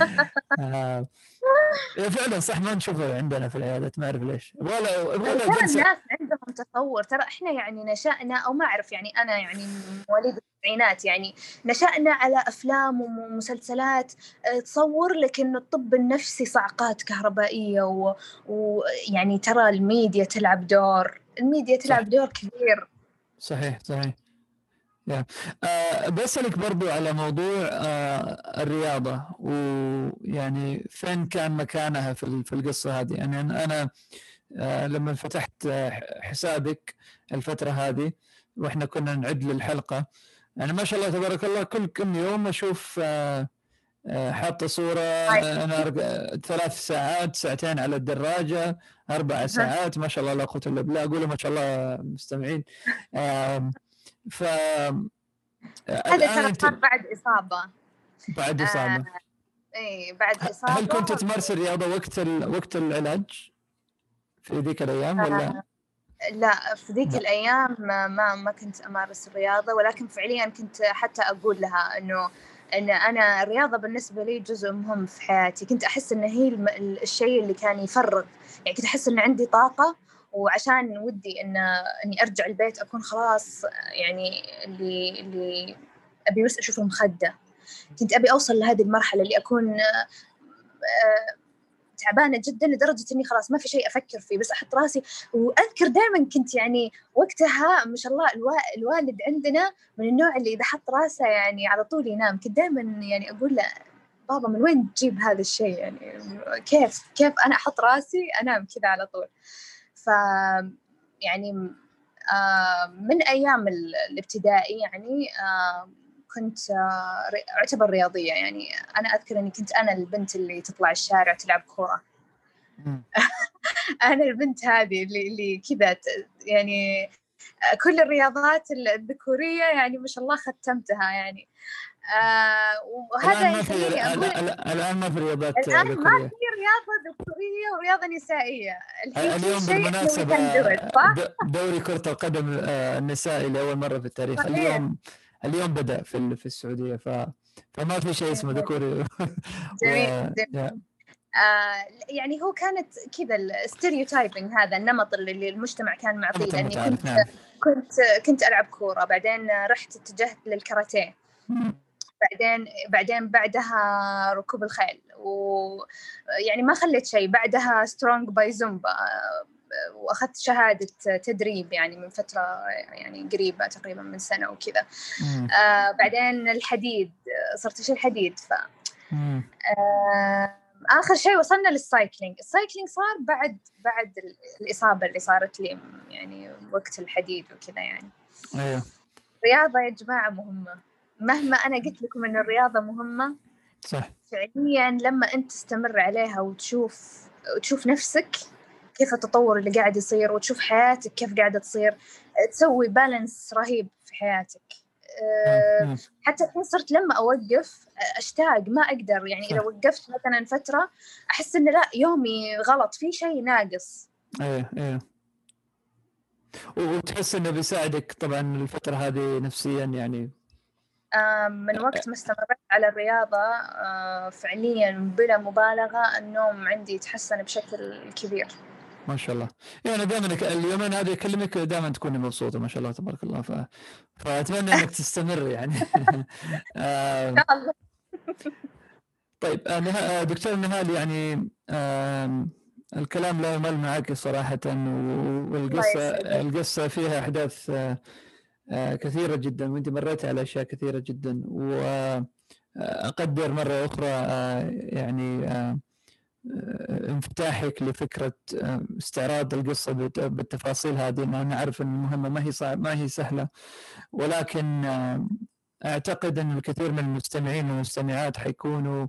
فعلا صح، ما نشوفه عندنا في العيادات، ما أعرف ليش. يبغى يبغى ترى الناس عندهم تصور، ترى إحنا يعني نشأنا أو ما أعرف، يعني أنا يعني مواليد التسعينات، يعني نشأنا على أفلام ومسلسلات تصور لك إنه الطب النفسي صعقات كهربائية، ويعني ترى الميديا تلعب دور الميديا تلعب صح. دور كبير. صحيح صحيح. يا أه بسألك برضو على موضوع أه الرياضة، ويعني فين كان مكانها في في القصة هذه؟ يعني أنا أه لما فتحت حسابك الفترة هذه وإحنا كنا نعد للحلقة، يعني ما شاء الله تبارك الله كل كم يوم أشوف أه حاطة صورة أنا ثلاث ساعات ساعتين على الدراجة أربع ساعات ما شاء الله لا قوة إلا بالله. أقول ما شاء الله مستمعين. ف هذا ترى صار بعد إصابة. بعد إصابة. آه إيه بعد إصابة. هل كنت تمارس الرياضة وقت وقت العلاج في ذيك الأيام ولا؟ آه لا في ذيك لا. الأيام ما ما كنت أمارس الرياضة، ولكن فعليا كنت حتى أقول لها إنه إن أنا الرياضة بالنسبة لي جزء مهم في حياتي. كنت أحس إن هي الشيء اللي كان يفرغ، يعني كنت أحس إن عندي طاقة، وعشان ودي إن إني أرجع البيت أكون خلاص يعني اللي اللي أبي بس أشوف المخدة. كنت أبي أوصل لهذه المرحلة اللي أكون تعبانة جدا لدرجة إني خلاص ما في شيء أفكر فيه، بس أحط راسي. وأذكر دائما كنت يعني وقتها ما شاء الله الوالد عندنا من النوع اللي إذا حط راسه يعني على طول ينام. كنت دائما يعني أقول له بابا من وين تجيب هذا الشيء؟ يعني كيف كيف أنا أحط راسي أنام كذا على طول؟ ف يعني آه من أيام الابتدائي يعني آه كنت أعتبر رياضية. يعني أنا أذكر أني كنت أنا البنت اللي تطلع الشارع تلعب كرة. أنا البنت هذه اللي, اللي كذا يعني كل الرياضات الذكورية يعني ما شاء الله ختمتها يعني. آه وهذا يخليني أقول الآن ما في رياضات الآن ذكورية. ما في رياضة ذكورية ورياضة نسائية. اليوم بالمناسبة دوري كرة القدم النسائي لأول مرة في التاريخ صحيح. اليوم اليوم بدأ في في السعودية، ف فما في شيء اسمه ذكوري. جميل. و... آه يعني هو كانت كذا الستيريوتايبنج، هذا النمط اللي المجتمع كان معطيه. لأني كنت نعم. كنت كنت ألعب كورة، بعدين رحت اتجهت للكاراتيه، بعدين بعدين بعدها ركوب الخيل، ويعني ما خليت شيء. بعدها سترونج باي زومبا، وأخذت شهادة تدريب يعني من فترة يعني قريبة تقريبا من سنة وكذا. آه بعدين الحديد، صرت أشيل الحديد. ف آه آخر شيء وصلنا للسايكلينج. السايكلينج صار بعد بعد الإصابة اللي صارت لي يعني وقت الحديد وكذا يعني. أيوه. رياضة يا جماعة مهمة، مهما أنا قلت لكم إن الرياضة مهمة صح. فعليا لما أنت تستمر عليها وتشوف وتشوف نفسك كيف التطور اللي قاعد يصير، وتشوف حياتك كيف قاعدة تصير، تسوي بالانس رهيب في حياتك. أه حتى الحين صرت لما أوقف أشتاق، ما أقدر يعني. إذا وقفت مثلا فترة أحس إن لا يومي غلط، في شيء ناقص. إيه إيه. وتحس إنه بيساعدك طبعا الفترة هذه نفسيا يعني. من وقت ما استمرت على الرياضة فعليا بلا مبالغة النوم عندي تحسن بشكل كبير. ما شاء الله. يعني دائما اليومين هذه أكلمك دائما تكوني مبسوطة ما شاء الله تبارك الله. ف... فأتمنى أنك تستمر يعني. إن شاء الله. طيب دكتور نهال، يعني الكلام لا يمل معك صراحة، والقصة القصة فيها أحداث كثيرة جدا، وانت مريت على أشياء كثيرة جدا، وأقدر مرة أخرى يعني انفتاحك لفكرة استعراض القصة بالتفاصيل هذه. أنا نعرف أن المهمة ما هي صعبة ما هي سهلة، ولكن أعتقد أن الكثير من المستمعين والمستمعات حيكونوا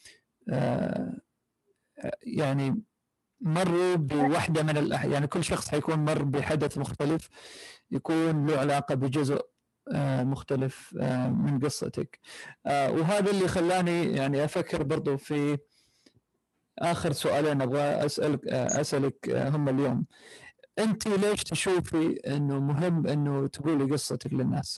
يعني مروا بواحدة من الأح... يعني كل شخص حيكون مر بحدث مختلف يكون له علاقة بجزء مختلف من قصتك، وهذا اللي خلاني يعني أفكر برضو في آخر سؤالين أبغى أسألك أسألك هم اليوم. أنت ليش تشوفي إنه مهم إنه تقولي قصتك للناس؟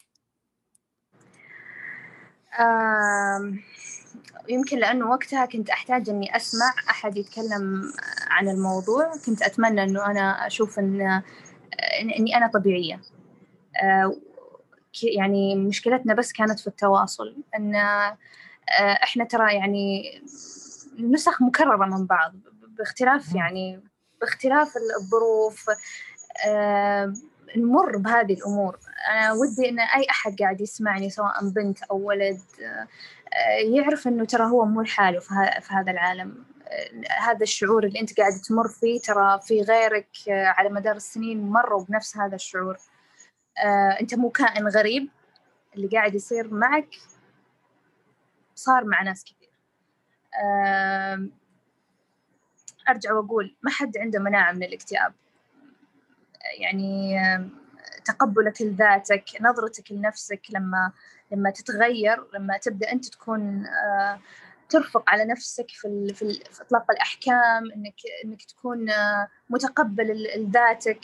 أم... يمكن لأنه وقتها كنت أحتاج أني أسمع أحد يتكلم عن الموضوع. كنت أتمنى أنه أنا أشوف أن أني أنا طبيعية. يعني مشكلتنا بس كانت في التواصل، أن إحنا ترى يعني نسخ مكررة من بعض باختلاف يعني باختلاف الظروف. أه نمر بهذه الأمور. أنا ودي أن أي أحد قاعد يسمعني سواء بنت أو ولد أه يعرف أنه ترى هو مو لحاله في هذا العالم. أه هذا الشعور اللي أنت قاعد تمر فيه ترى في غيرك أه على مدار السنين مروا بنفس هذا الشعور. أه أنت مو كائن غريب، اللي قاعد يصير معك صار مع ناس كثير. أه أرجع وأقول ما حد عنده مناعة من الاكتئاب. يعني تقبلك لذاتك، نظرتك لنفسك لما لما تتغير، لما تبدأ أنت تكون ترفق على نفسك في في إطلاق الأحكام، إنك إنك تكون متقبل لذاتك،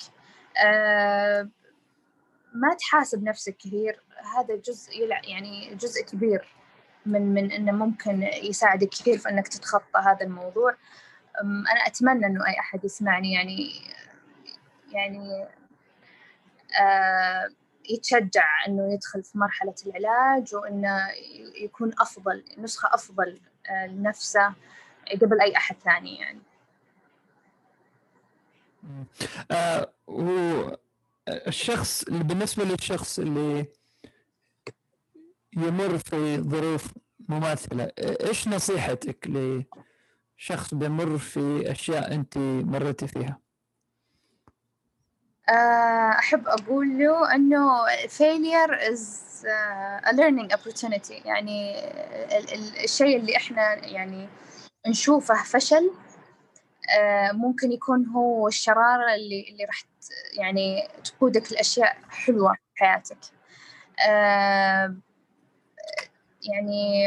ما تحاسب نفسك كثير. هذا جزء يعني جزء كبير من من إنه ممكن يساعدك كثير في إنك تتخطى هذا الموضوع. أنا أتمنى إنه أي أحد يسمعني يعني يعني آه يتشجع إنه يدخل في مرحلة العلاج، وإنه يكون أفضل نسخة أفضل آه لنفسه قبل أي أحد ثاني يعني. آه والشخص بالنسبة للشخص اللي يمر في ظروف مماثلة، إيش نصيحتك لشخص بيمر في أشياء أنت مرتي فيها؟ أحب أقول له أنه failure is a learning opportunity. يعني الشيء اللي إحنا يعني نشوفه فشل ممكن يكون هو الشرارة اللي اللي راح يعني تقودك لأشياء حلوة في حياتك. يعني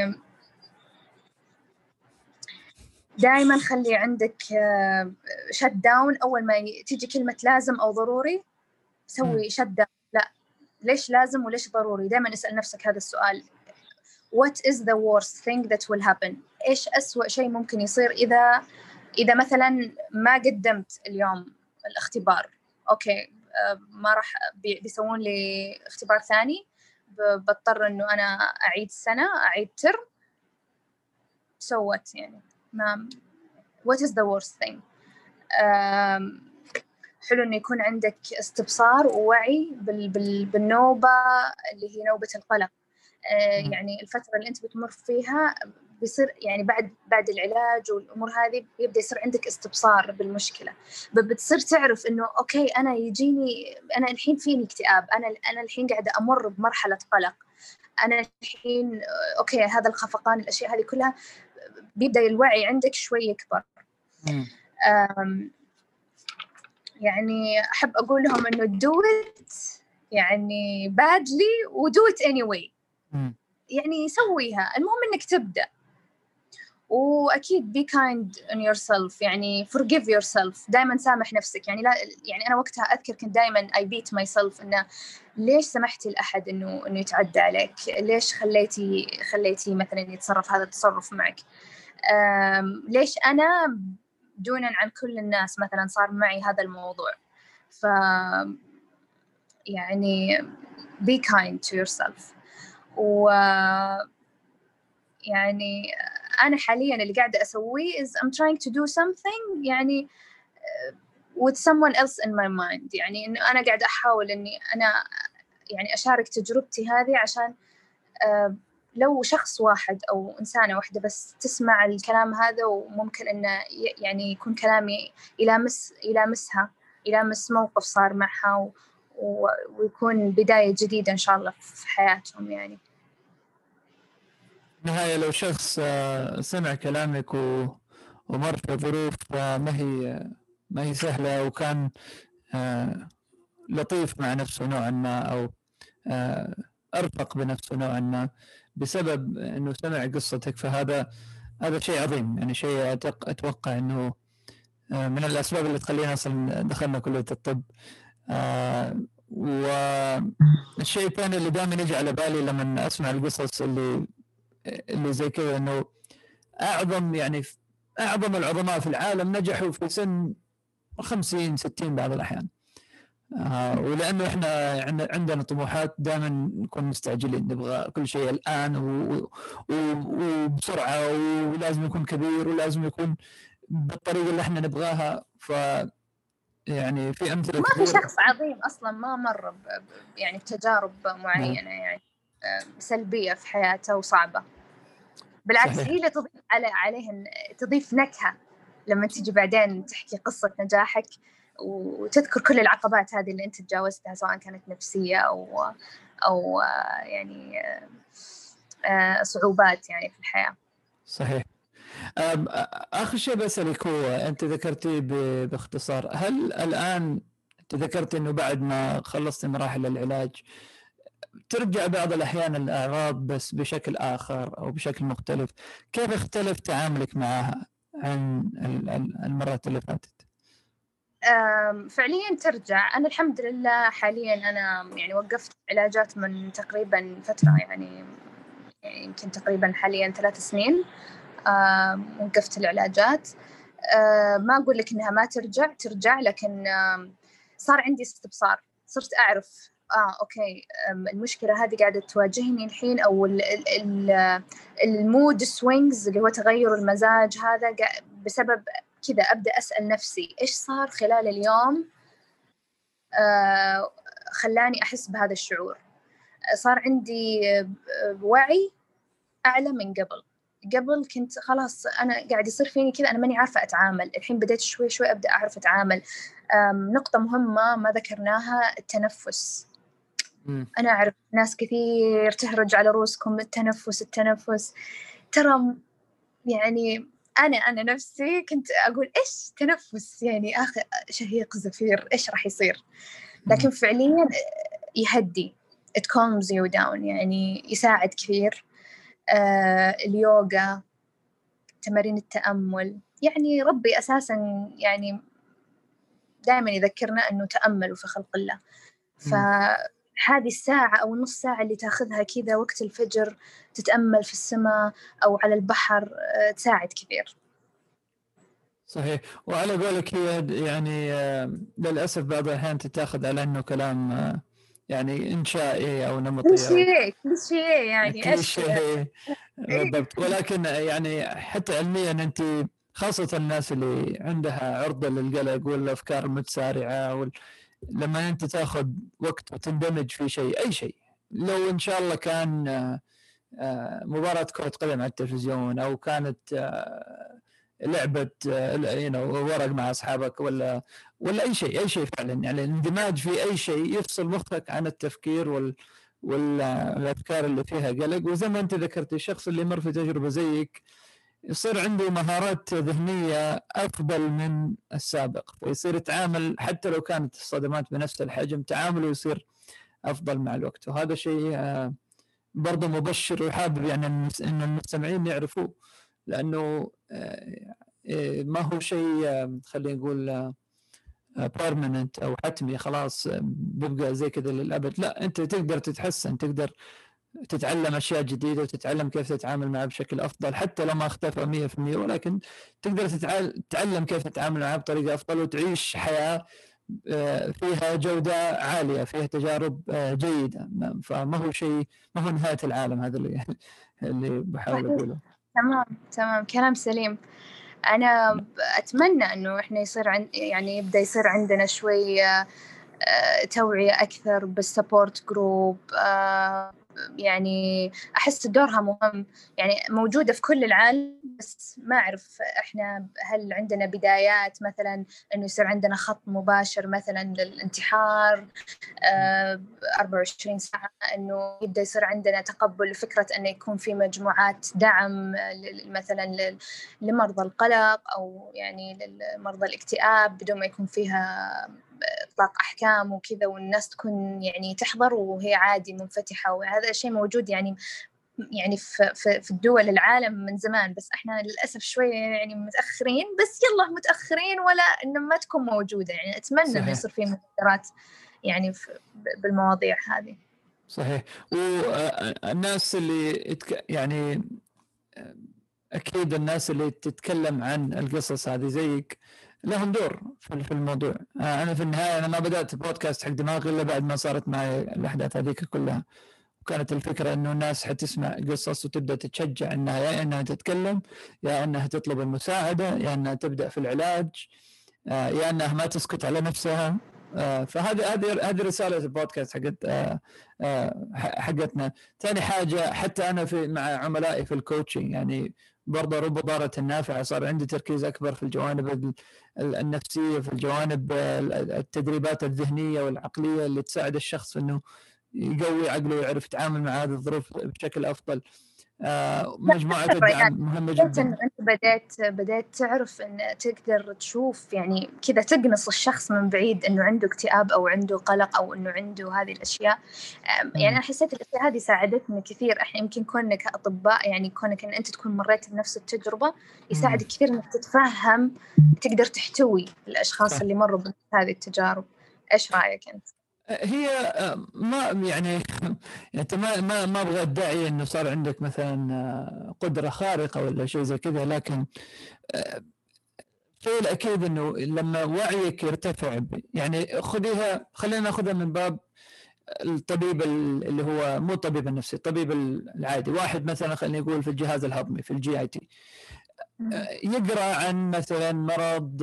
دائما خلي عندك شت داون. أول ما تيجي كلمة لازم أو ضروري سوي شت داون. لا، ليش لازم وليش ضروري؟ دائما اسأل نفسك هذا السؤال. What is the worst thing that will happen؟ إيش أسوأ شيء ممكن يصير إذا إذا مثلا ما قدمت اليوم الاختبار؟ أوكي، ما راح بيسوون لي اختبار ثاني، بضطر إنه أنا أعيد سنة، أعيد ترم. سوت يعني ما What is the worst thing؟ حلو إنه يكون عندك استبصار ووعي بال بال بالنوبة اللي هي نوبة القلق. آه يعني الفترة اللي أنت بتمر فيها بيصير يعني بعد بعد العلاج والأمور هذه يبدأ يصير عندك استبصار بالمشكلة. بتصير تعرف إنه أوكي أنا يجيني أنا الحين فيني اكتئاب، أنا أنا الحين قاعدة أمر بمرحلة قلق، أنا الحين أوكي هذا الخفقان، الأشياء هذه كلها بيبدأ الوعي عندك شوي يكبر. يعني أحب أقول لهم إنه do it يعني badly و do it anyway. يعني سويها، المهم إنك تبدأ. وأكيد be kind on yourself، يعني forgive yourself. دائما سامح نفسك. يعني لا يعني أنا وقتها أذكر كنت دائما I beat myself إنه ليش سمحتي لأحد إنه إنه يتعدى عليك؟ ليش خليتي خليتي مثلا يتصرف هذا التصرف معك؟ ليش أنا دونا عن كل الناس مثلا صار معي هذا الموضوع؟ ف يعني be kind to yourself. و يعني أنا حاليا اللي قاعدة أسويه is I'm trying to do something يعني with someone else in my mind. يعني إنه أنا قاعدة أحاول إني أنا يعني أشارك تجربتي هذه عشان لو شخص واحد أو إنسانة واحدة بس تسمع الكلام هذا، وممكن إنه يعني يكون كلامي يلامس يلامسها يلامس موقف صار معها، ويكون بداية جديدة إن شاء الله في حياتهم. يعني نهاية لو شخص سمع كلامك ومر في ظروف ما هي ما هي سهلة، وكان لطيف مع نفسه نوعا ما، أو أرفق بنفسه نوعا ما بسبب أنه سمع قصتك، فهذا هذا شيء عظيم. يعني شيء أتوقع أنه من الأسباب اللي تخلينا أصلا دخلنا كلية الطب. والشيء الثاني اللي دائما يجي على بالي لما أسمع القصص اللي اللي زي كذا، أنه أعظم يعني أعظم العظماء في العالم نجحوا في سن خمسين ستين بعض الأحيان. آه ولأنه إحنا عندنا طموحات دائما نكون مستعجلين، نبغى كل شيء الآن وبسرعة، ولازم يكون كبير ولازم يكون بالطريقة اللي إحنا نبغاها. ف يعني في أمثلة ما في شخص عظيم أصلا ما مر يعني بتجارب معينة يعني سلبية في حياته وصعبة، بالعكس صحيح. هي اللي تضيف على عليه تضيف نكهة لما تيجي بعدين تحكي قصة نجاحك وتذكر كل العقبات هذه اللي أنت تجاوزتها، سواء كانت نفسية أو أو يعني صعوبات يعني في الحياة. صحيح. آخر شيء بسألك هو أنت ذكرتي باختصار، هل الآن تذكرت إنه بعد ما خلصت مراحل العلاج ترجع بعض الأحيان الأعراض بس بشكل آخر أو بشكل مختلف؟ كيف اختلف تعاملك معها عن المرات اللي فاتت؟ فعليا ترجع. أنا الحمد لله حاليا أنا يعني وقفت علاجات من تقريبا فترة يعني يمكن تقريبا حاليا ثلاث سنين وقفت العلاجات. ما أقول لك إنها ما ترجع ترجع لكن صار عندي استبصار، صرت أعرف آه أوكي المشكلة هذه قاعدة تواجهني الحين، أو المود سوينجز اللي هو تغير المزاج هذا بسبب كذا. أبدأ أسأل نفسي إيش صار خلال اليوم آه خلاني أحس بهذا الشعور. صار عندي وعي أعلى من قبل. قبل كنت خلاص أنا قاعد يصير فيني كذا أنا ماني عارفة أتعامل، الحين بديت شوي شوي أبدأ أعرف أتعامل. نقطة مهمة ما ذكرناها التنفس. م. أنا أعرف ناس كثير تهرج على روسكم التنفس التنفس ترى يعني أنا أنا نفسي كنت أقول إيش تنفس يعني آخر شهيق زفير إيش راح يصير، لكن فعليا يهدي it calms you down يعني يساعد كثير. آه اليوغا تمارين التأمل يعني ربي أساساً يعني دائماً يذكرنا أنه تأملوا في خلق الله. فهذه الساعة أو نص ساعة اللي تأخذها كذا وقت الفجر تتأمل في السماء أو على البحر آه تساعد كثير. صحيح. وعلى قولك هي يعني آه للأسف بعض الأحيان تتاخذ على أنه كلام آه يعني إنشائي أو نمطي كليشيه كليشيه يعني كليشيه بالضبط. ولكن يعني حتى علميا أنت خاصة الناس اللي عندها عرضة للقلق والأفكار المتسارعة وال... لما أنت تأخذ وقت وتندمج في شيء أي شيء، لو إن شاء الله كان آه مباراة كرة قدم على التلفزيون أو كانت آه لعبة يعني ورق مع أصحابك ولا ولا أي شيء أي شيء فعلا يعني الاندماج في أي شيء يفصل مخك عن التفكير وال والأفكار اللي فيها قلق. وزي ما أنت ذكرت الشخص اللي مر في تجربة زيك يصير عنده مهارات ذهنية أفضل من السابق، فيصير يتعامل حتى لو كانت الصدمات بنفس الحجم تعامله يصير أفضل مع الوقت. وهذا شيء برضه مبشر وحابب يعني إن المستمعين يعرفوه، لأنه ما هو شيء خلينا نقول permanent أو حتمي خلاص بيبقى زي كذا للأبد. لا، أنت تقدر تتحسن، تقدر تتعلم أشياء جديدة وتتعلم كيف تتعامل معه بشكل أفضل حتى لو ما اختفى مية في المية، ولكن تقدر تتعلم كيف تتعامل معه بطريقة أفضل وتعيش حياة فيها جودة عالية فيها تجارب جيدة. فما هو شيء ما هو نهاية العالم. هذا اللي اللي بحاول أقوله. تمام تمام كلام سليم. أنا أتمنى إنه إحنا يصير عن يعني يبدأ يصير عندنا شوي توعية أكثر بالسبورت جروب. يعني أحس دورها مهم يعني موجودة في كل العالم، بس ما أعرف إحنا هل عندنا بدايات مثلا إنه يصير عندنا خط مباشر مثلا للانتحار أربعة وعشرين ساعة، إنه يبدأ يصير عندنا تقبل لفكرة أنه يكون في مجموعات دعم مثلا لمرضى القلق أو يعني لمرضى الاكتئاب بدون ما يكون فيها إطلاق أحكام وكذا، والناس تكون يعني تحضر وهي عادي منفتحة. وهذا الشيء موجود يعني يعني في في في الدول العالم من زمان، بس إحنا للأسف شوية يعني متأخرين، بس يلا متأخرين ولا إنه ما تكون موجودة. يعني أتمنى إنه يصير في مبادرات يعني بالمواضيع هذه. صحيح. والناس اللي يعني أكيد الناس اللي تتكلم عن القصص هذه زيك لهم دور في الموضوع. أنا في النهاية أنا ما بدأت بودكاست حق دماغي إلا بعد ما صارت معي الأحداث هذيك كلها، وكانت الفكرة إنه الناس حتسمع قصص وتبدأ تتشجع إنها يا إنها تتكلم، يا إنها تطلب المساعدة، يا إنها تبدأ في العلاج، يا إنها ما تسكت على نفسها. فهذه هذه هذه رسالة البودكاست حقت حقتنا. ثاني حاجة، حتى أنا في مع عملائي في الكوتشنج يعني برضه رب ضارة النافعة، صار عندي تركيز أكبر في الجوانب النفسية، في الجوانب التدريبات الذهنية والعقلية اللي تساعد الشخص إنه يقوي عقله ويعرف يتعامل مع هذه الظروف بشكل أفضل. آه مجموعة الدعم مهمة جدا. أنت بدأت بدأت تعرف أن تقدر تشوف يعني كذا تقنص الشخص من بعيد أنه عنده اكتئاب أو عنده قلق أو أنه عنده هذه الأشياء. يعني أنا حسيت الأشياء هذه ساعدتني كثير. إحنا يمكن كونك أطباء، يعني كونك أن أنت تكون مريت بنفس التجربة يساعد كثير أنك تتفهم، تقدر تحتوي الأشخاص صح. اللي مروا بهذه التجارب. إيش رأيك أنت؟ هي ما يعني انت ما ما ما ابغى ادعي انه صار عندك مثلا قدره خارقه ولا شيء زي كذا، لكن شيء الاكيد انه لما وعيك يرتفع، يعني خذيها خلينا ناخذها من باب الطبيب اللي هو مو الطبيب النفسي، الطبيب العادي. واحد مثلا خلينا نقول في الجهاز الهضمي في الجي اي تي، يقرأ عن مثلا مرض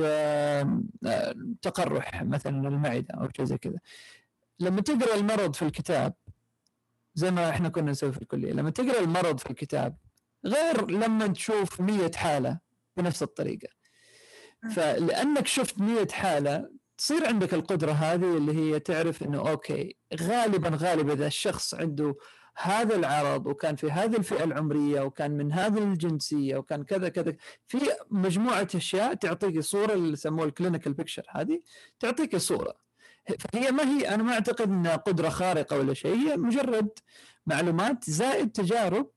تقرح مثلا المعدة أو شيء زي كذا. لما تقرأ المرض في الكتاب زي ما احنا كنا نسوي في الكلية، لما تقرأ المرض في الكتاب غير لما تشوف مية حالة بنفس الطريقة. فلأنك شفت مية حالة تصير عندك القدرة هذه اللي هي تعرف إنه أوكي غالبا غالبا إذا الشخص عنده هذا العرض وكان في هذه الفئة العمرية وكان من هذه الجنسية وكان كذا كذا، في مجموعة أشياء تعطيك صورة اللي يسموها الكلينيكال بيكتشر، هذه تعطيك صورة. فهي ما هي، أنا ما أعتقد أنها قدرة خارقة ولا شيء، هي مجرد معلومات زائد تجارب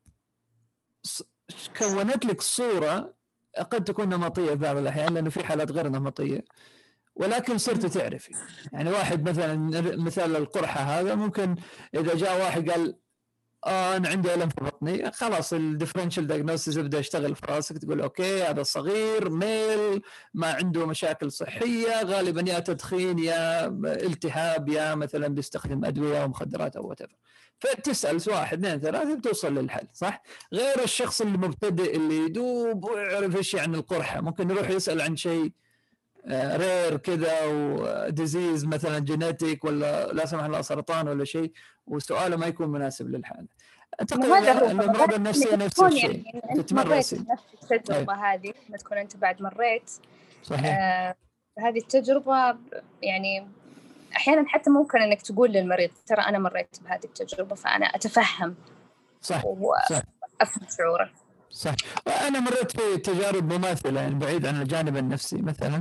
كونت لك صورة قد تكون نمطية في بعض الأحيان، لأنه في حالات غير نمطية، ولكن صرت تعرفي. يعني واحد مثلا مثال القرحة هذا، ممكن إذا جاء واحد قال آه أنا عندي ألم في بطني، خلاص الديفرنشال دايجنوستس يبدأ يشتغل في راسك، تقول أوكي هذا صغير ميل ما عنده مشاكل صحية، غالبا يا تدخين يا التهاب يا مثلا بيستخدم أدوية ومخدرات أو whatever. فتسأل واحد اثنين ثلاثة بتوصل للحل صح. غير الشخص المبتدئ اللي يدوب ويعرف إيش عن القرحة، ممكن يروح يسأل عن شيء رير كذا وديزيز مثلا جينيتيك ولا لا سمح الله سرطان ولا شيء، وسؤاله ما يكون مناسب للحالة. أعتقد الأمراض النفسية نفس الشيء، تتمرس نفس التجربة هذه، ما تكون أنت بعد مريت صحيح آه هذه التجربة. يعني أحيانا حتى ممكن أنك تقول للمريض ترى أنا مريت بهذه التجربة فأنا أتفهم صح وأفهم شعورك. صح. أنا مريت في تجارب مماثلة يعني بعيد عن الجانب النفسي. مثلا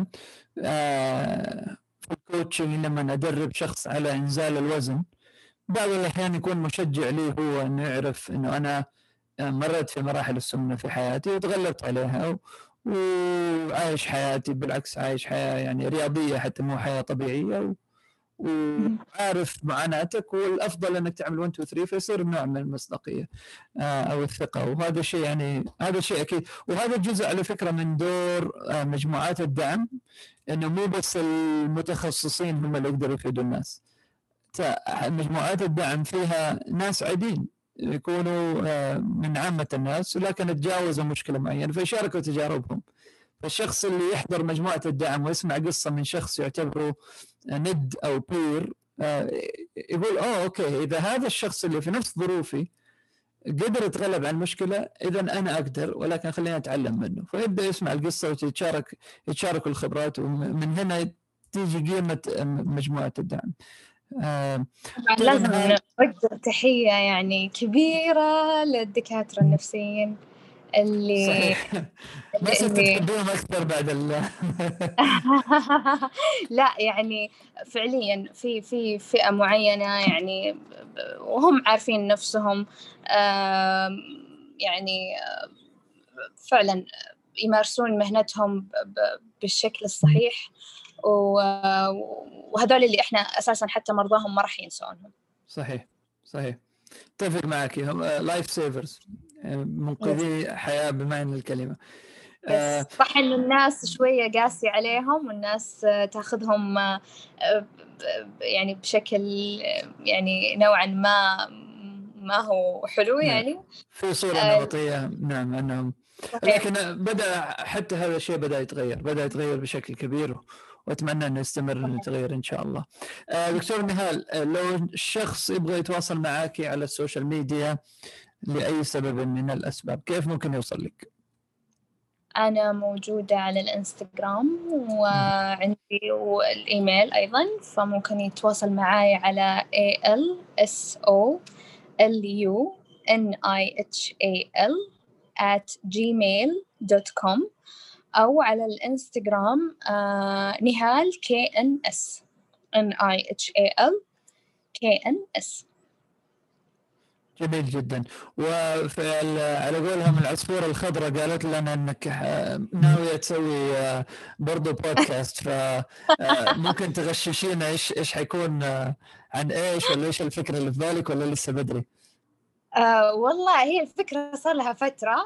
آه في الكوتشنج لما ندرب شخص على إنزال الوزن، بعض الأحيان يكون مشجع لي هو أنه يعرف أنه أنا مريت في مراحل السمنة في حياتي وتغلبت عليها وعايش حياتي، بالعكس عايش حياة يعني رياضية حتى مو حياة طبيعية، وعارف معاناتك، والأفضل أنك تعمل واحد اثنين ثلاثة فيصير نوع من المصداقية أو الثقة. وهذا الشيء يعني هذا الشيء أكيد، وهذا جزء على فكرة من دور مجموعات الدعم، إنه مو بس المتخصصين هم اللي يقدروا يفيدوا الناس. مجموعات الدعم فيها ناس عاديين يكونوا من عامة الناس ولكن تجاوزوا مشكلة معينة فيشاركوا تجاربهم. فالشخص اللي يحضر مجموعة الدعم ويسمع قصة من شخص يعتبره ند أو بير يقول أوه أوكي إذا هذا الشخص اللي في نفس ظروفي قدر يتغلب على المشكلة إذا أنا أقدر، ولكن خلينا نتعلم منه. فيبدأ يسمع القصة ويتشارك يتشارك الخبرات، ومن هنا تيجي قيمة مجموعة الدعم. آه لازم نوجه تحية يعني كبيرة للدكاترة النفسيين اللي صحيح ما صرت تحبيهم أكثر بعد الله. لا يعني فعليا في في فئة معينة يعني وهم عارفين نفسهم يعني فعلا يمارسون مهنتهم بالشكل الصحيح، وهذول اللي احنا اساسا حتى مرضاهم ما راح ينسونهم. صحيح صحيح اتفق معك، هم لايف سيفرز، منقذي حياة بمعنى الكلمة. بس صح إنه الناس شوية قاسي عليهم والناس تأخذهم يعني بشكل يعني نوعا ما ما هو حلو يعني في صورة نمطية. نعم أنهم لكن بدأ حتى هذا الشيء بدأ يتغير بدأ يتغير بشكل كبير وأتمنى أنه يستمر التغيير إن شاء الله. دكتور نهال، لو الشخص يبغى يتواصل معك على السوشيال ميديا لأي سبب من الأسباب كيف ممكن يوصل لك؟ أنا موجودة على الإنستغرام وعندي والإيميل أيضا، فممكن يتواصل معي على A L S O L U N I H A L at gmail dot com أو على الإنستغرام آه نهال K N S N I H A L K N S. جميل جدا. وعلى قولهم العصفورة الخضراء قالت لنا أنك ناوية تسوي برضو بودكاست، فممكن تغششينا إيش إيش حيكون عن إيش ولا إيش الفكرة اللي في بالك ولا لسه بدري؟ آه والله هي الفكرة صار لها فترة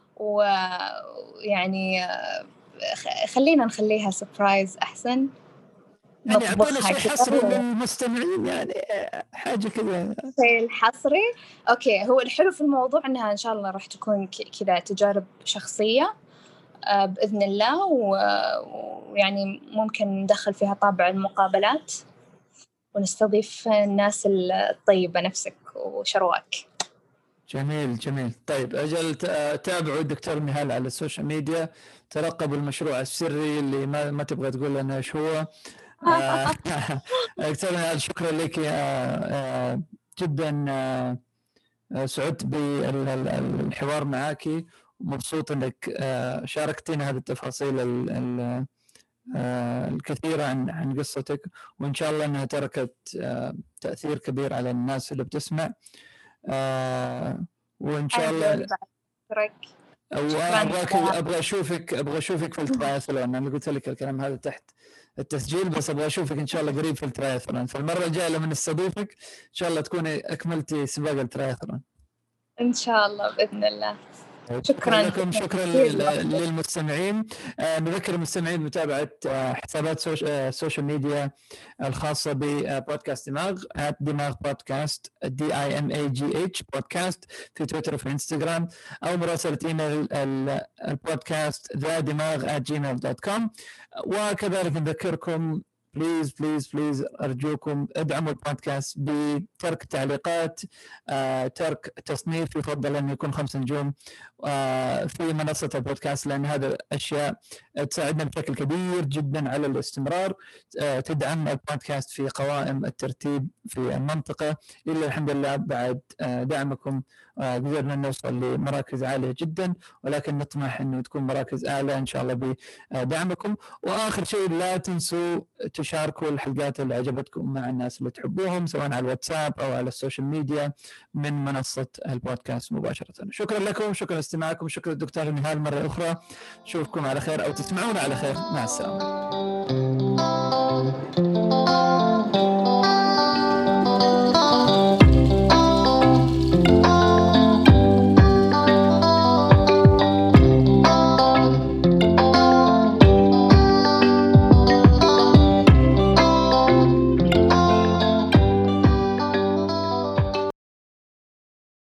ويعني خلينا نخليها سبرايز أحسن. يعني أعطينا شيء حصري للمستمعين، يعني حاجة كذا شيء الحصري. أوكي، هو الحلو في الموضوع أنها إن شاء الله راح تكون كذا تجارب شخصية آه بإذن الله، ويعني ممكن ندخل فيها طابع المقابلات ونستضيف الناس الطيبة نفسك وشرواك. جميل جميل. طيب أجل تابعوا الدكتور نهال على السوشيال ميديا، ترقبوا المشروع السري اللي ما ما تبغى تقول لنا إيش هو. دكتور نهال شكرا لك جدا، سعدت بالحوار معاكي ومبسوط انك شاركتنا هذه التفاصيل الكثيرة عن عن قصتك، وإن شاء الله أنها تركت تأثير كبير على الناس اللي بتسمع. آه وإن شاء الله أبغى أبغى أشوفك أبغى أشوفك في الترايثلون. أنا قلت لك الكلام هذا تحت التسجيل، بس أبغى أشوفك إن شاء الله قريب في الترايثلون. فالمرة الجاية لما نستضيفك إن شاء الله تكوني أكملتي سباق الترايثلون إن شاء الله بإذن الله. شكرا لكم، شكرا للمستمعين. آه نذكر المستمعين بمتابعة آه حسابات سوش آه سوشيال ميديا الخاصة ببودكاست دماغ @دماغ بودكاست دي اي ام اي جي اتش بودكاست في تويتر وفي انستغرام، أو مراسلة إيميل البودكاست ذا دماغ at gmail dot com. وكذلك نذكركم بليز بليز بليز أرجوكم ادعموا البودكاست بترك تعليقات، آه، ترك تصنيف، يفضل أن يكون خمس نجوم آه، في منصة البودكاست، لأن هذا أشياء تساعدنا بشكل كبير جدا على الاستمرار. آه، تدعم البودكاست في قوائم الترتيب في المنطقة. إلا الحمد لله بعد آه، دعمكم آه، قدرنا نوصل لمراكز عالية جدا، ولكن نطمح أنه تكون مراكز أعلى إن شاء الله بدعمكم. وآخر شيء لا تنسوا تشاركوا الحلقات اللي عجبتكم مع الناس اللي تحبوهم، سواء على الواتساب أو على السوشيال ميديا من منصة البودكاست مباشرة. شكرا لكم، شكرا لاستماعكم، شكرا الدكتور نهال مرة أخرى. نشوفكم على خير أو تسمعونا على خير. مع السلامة.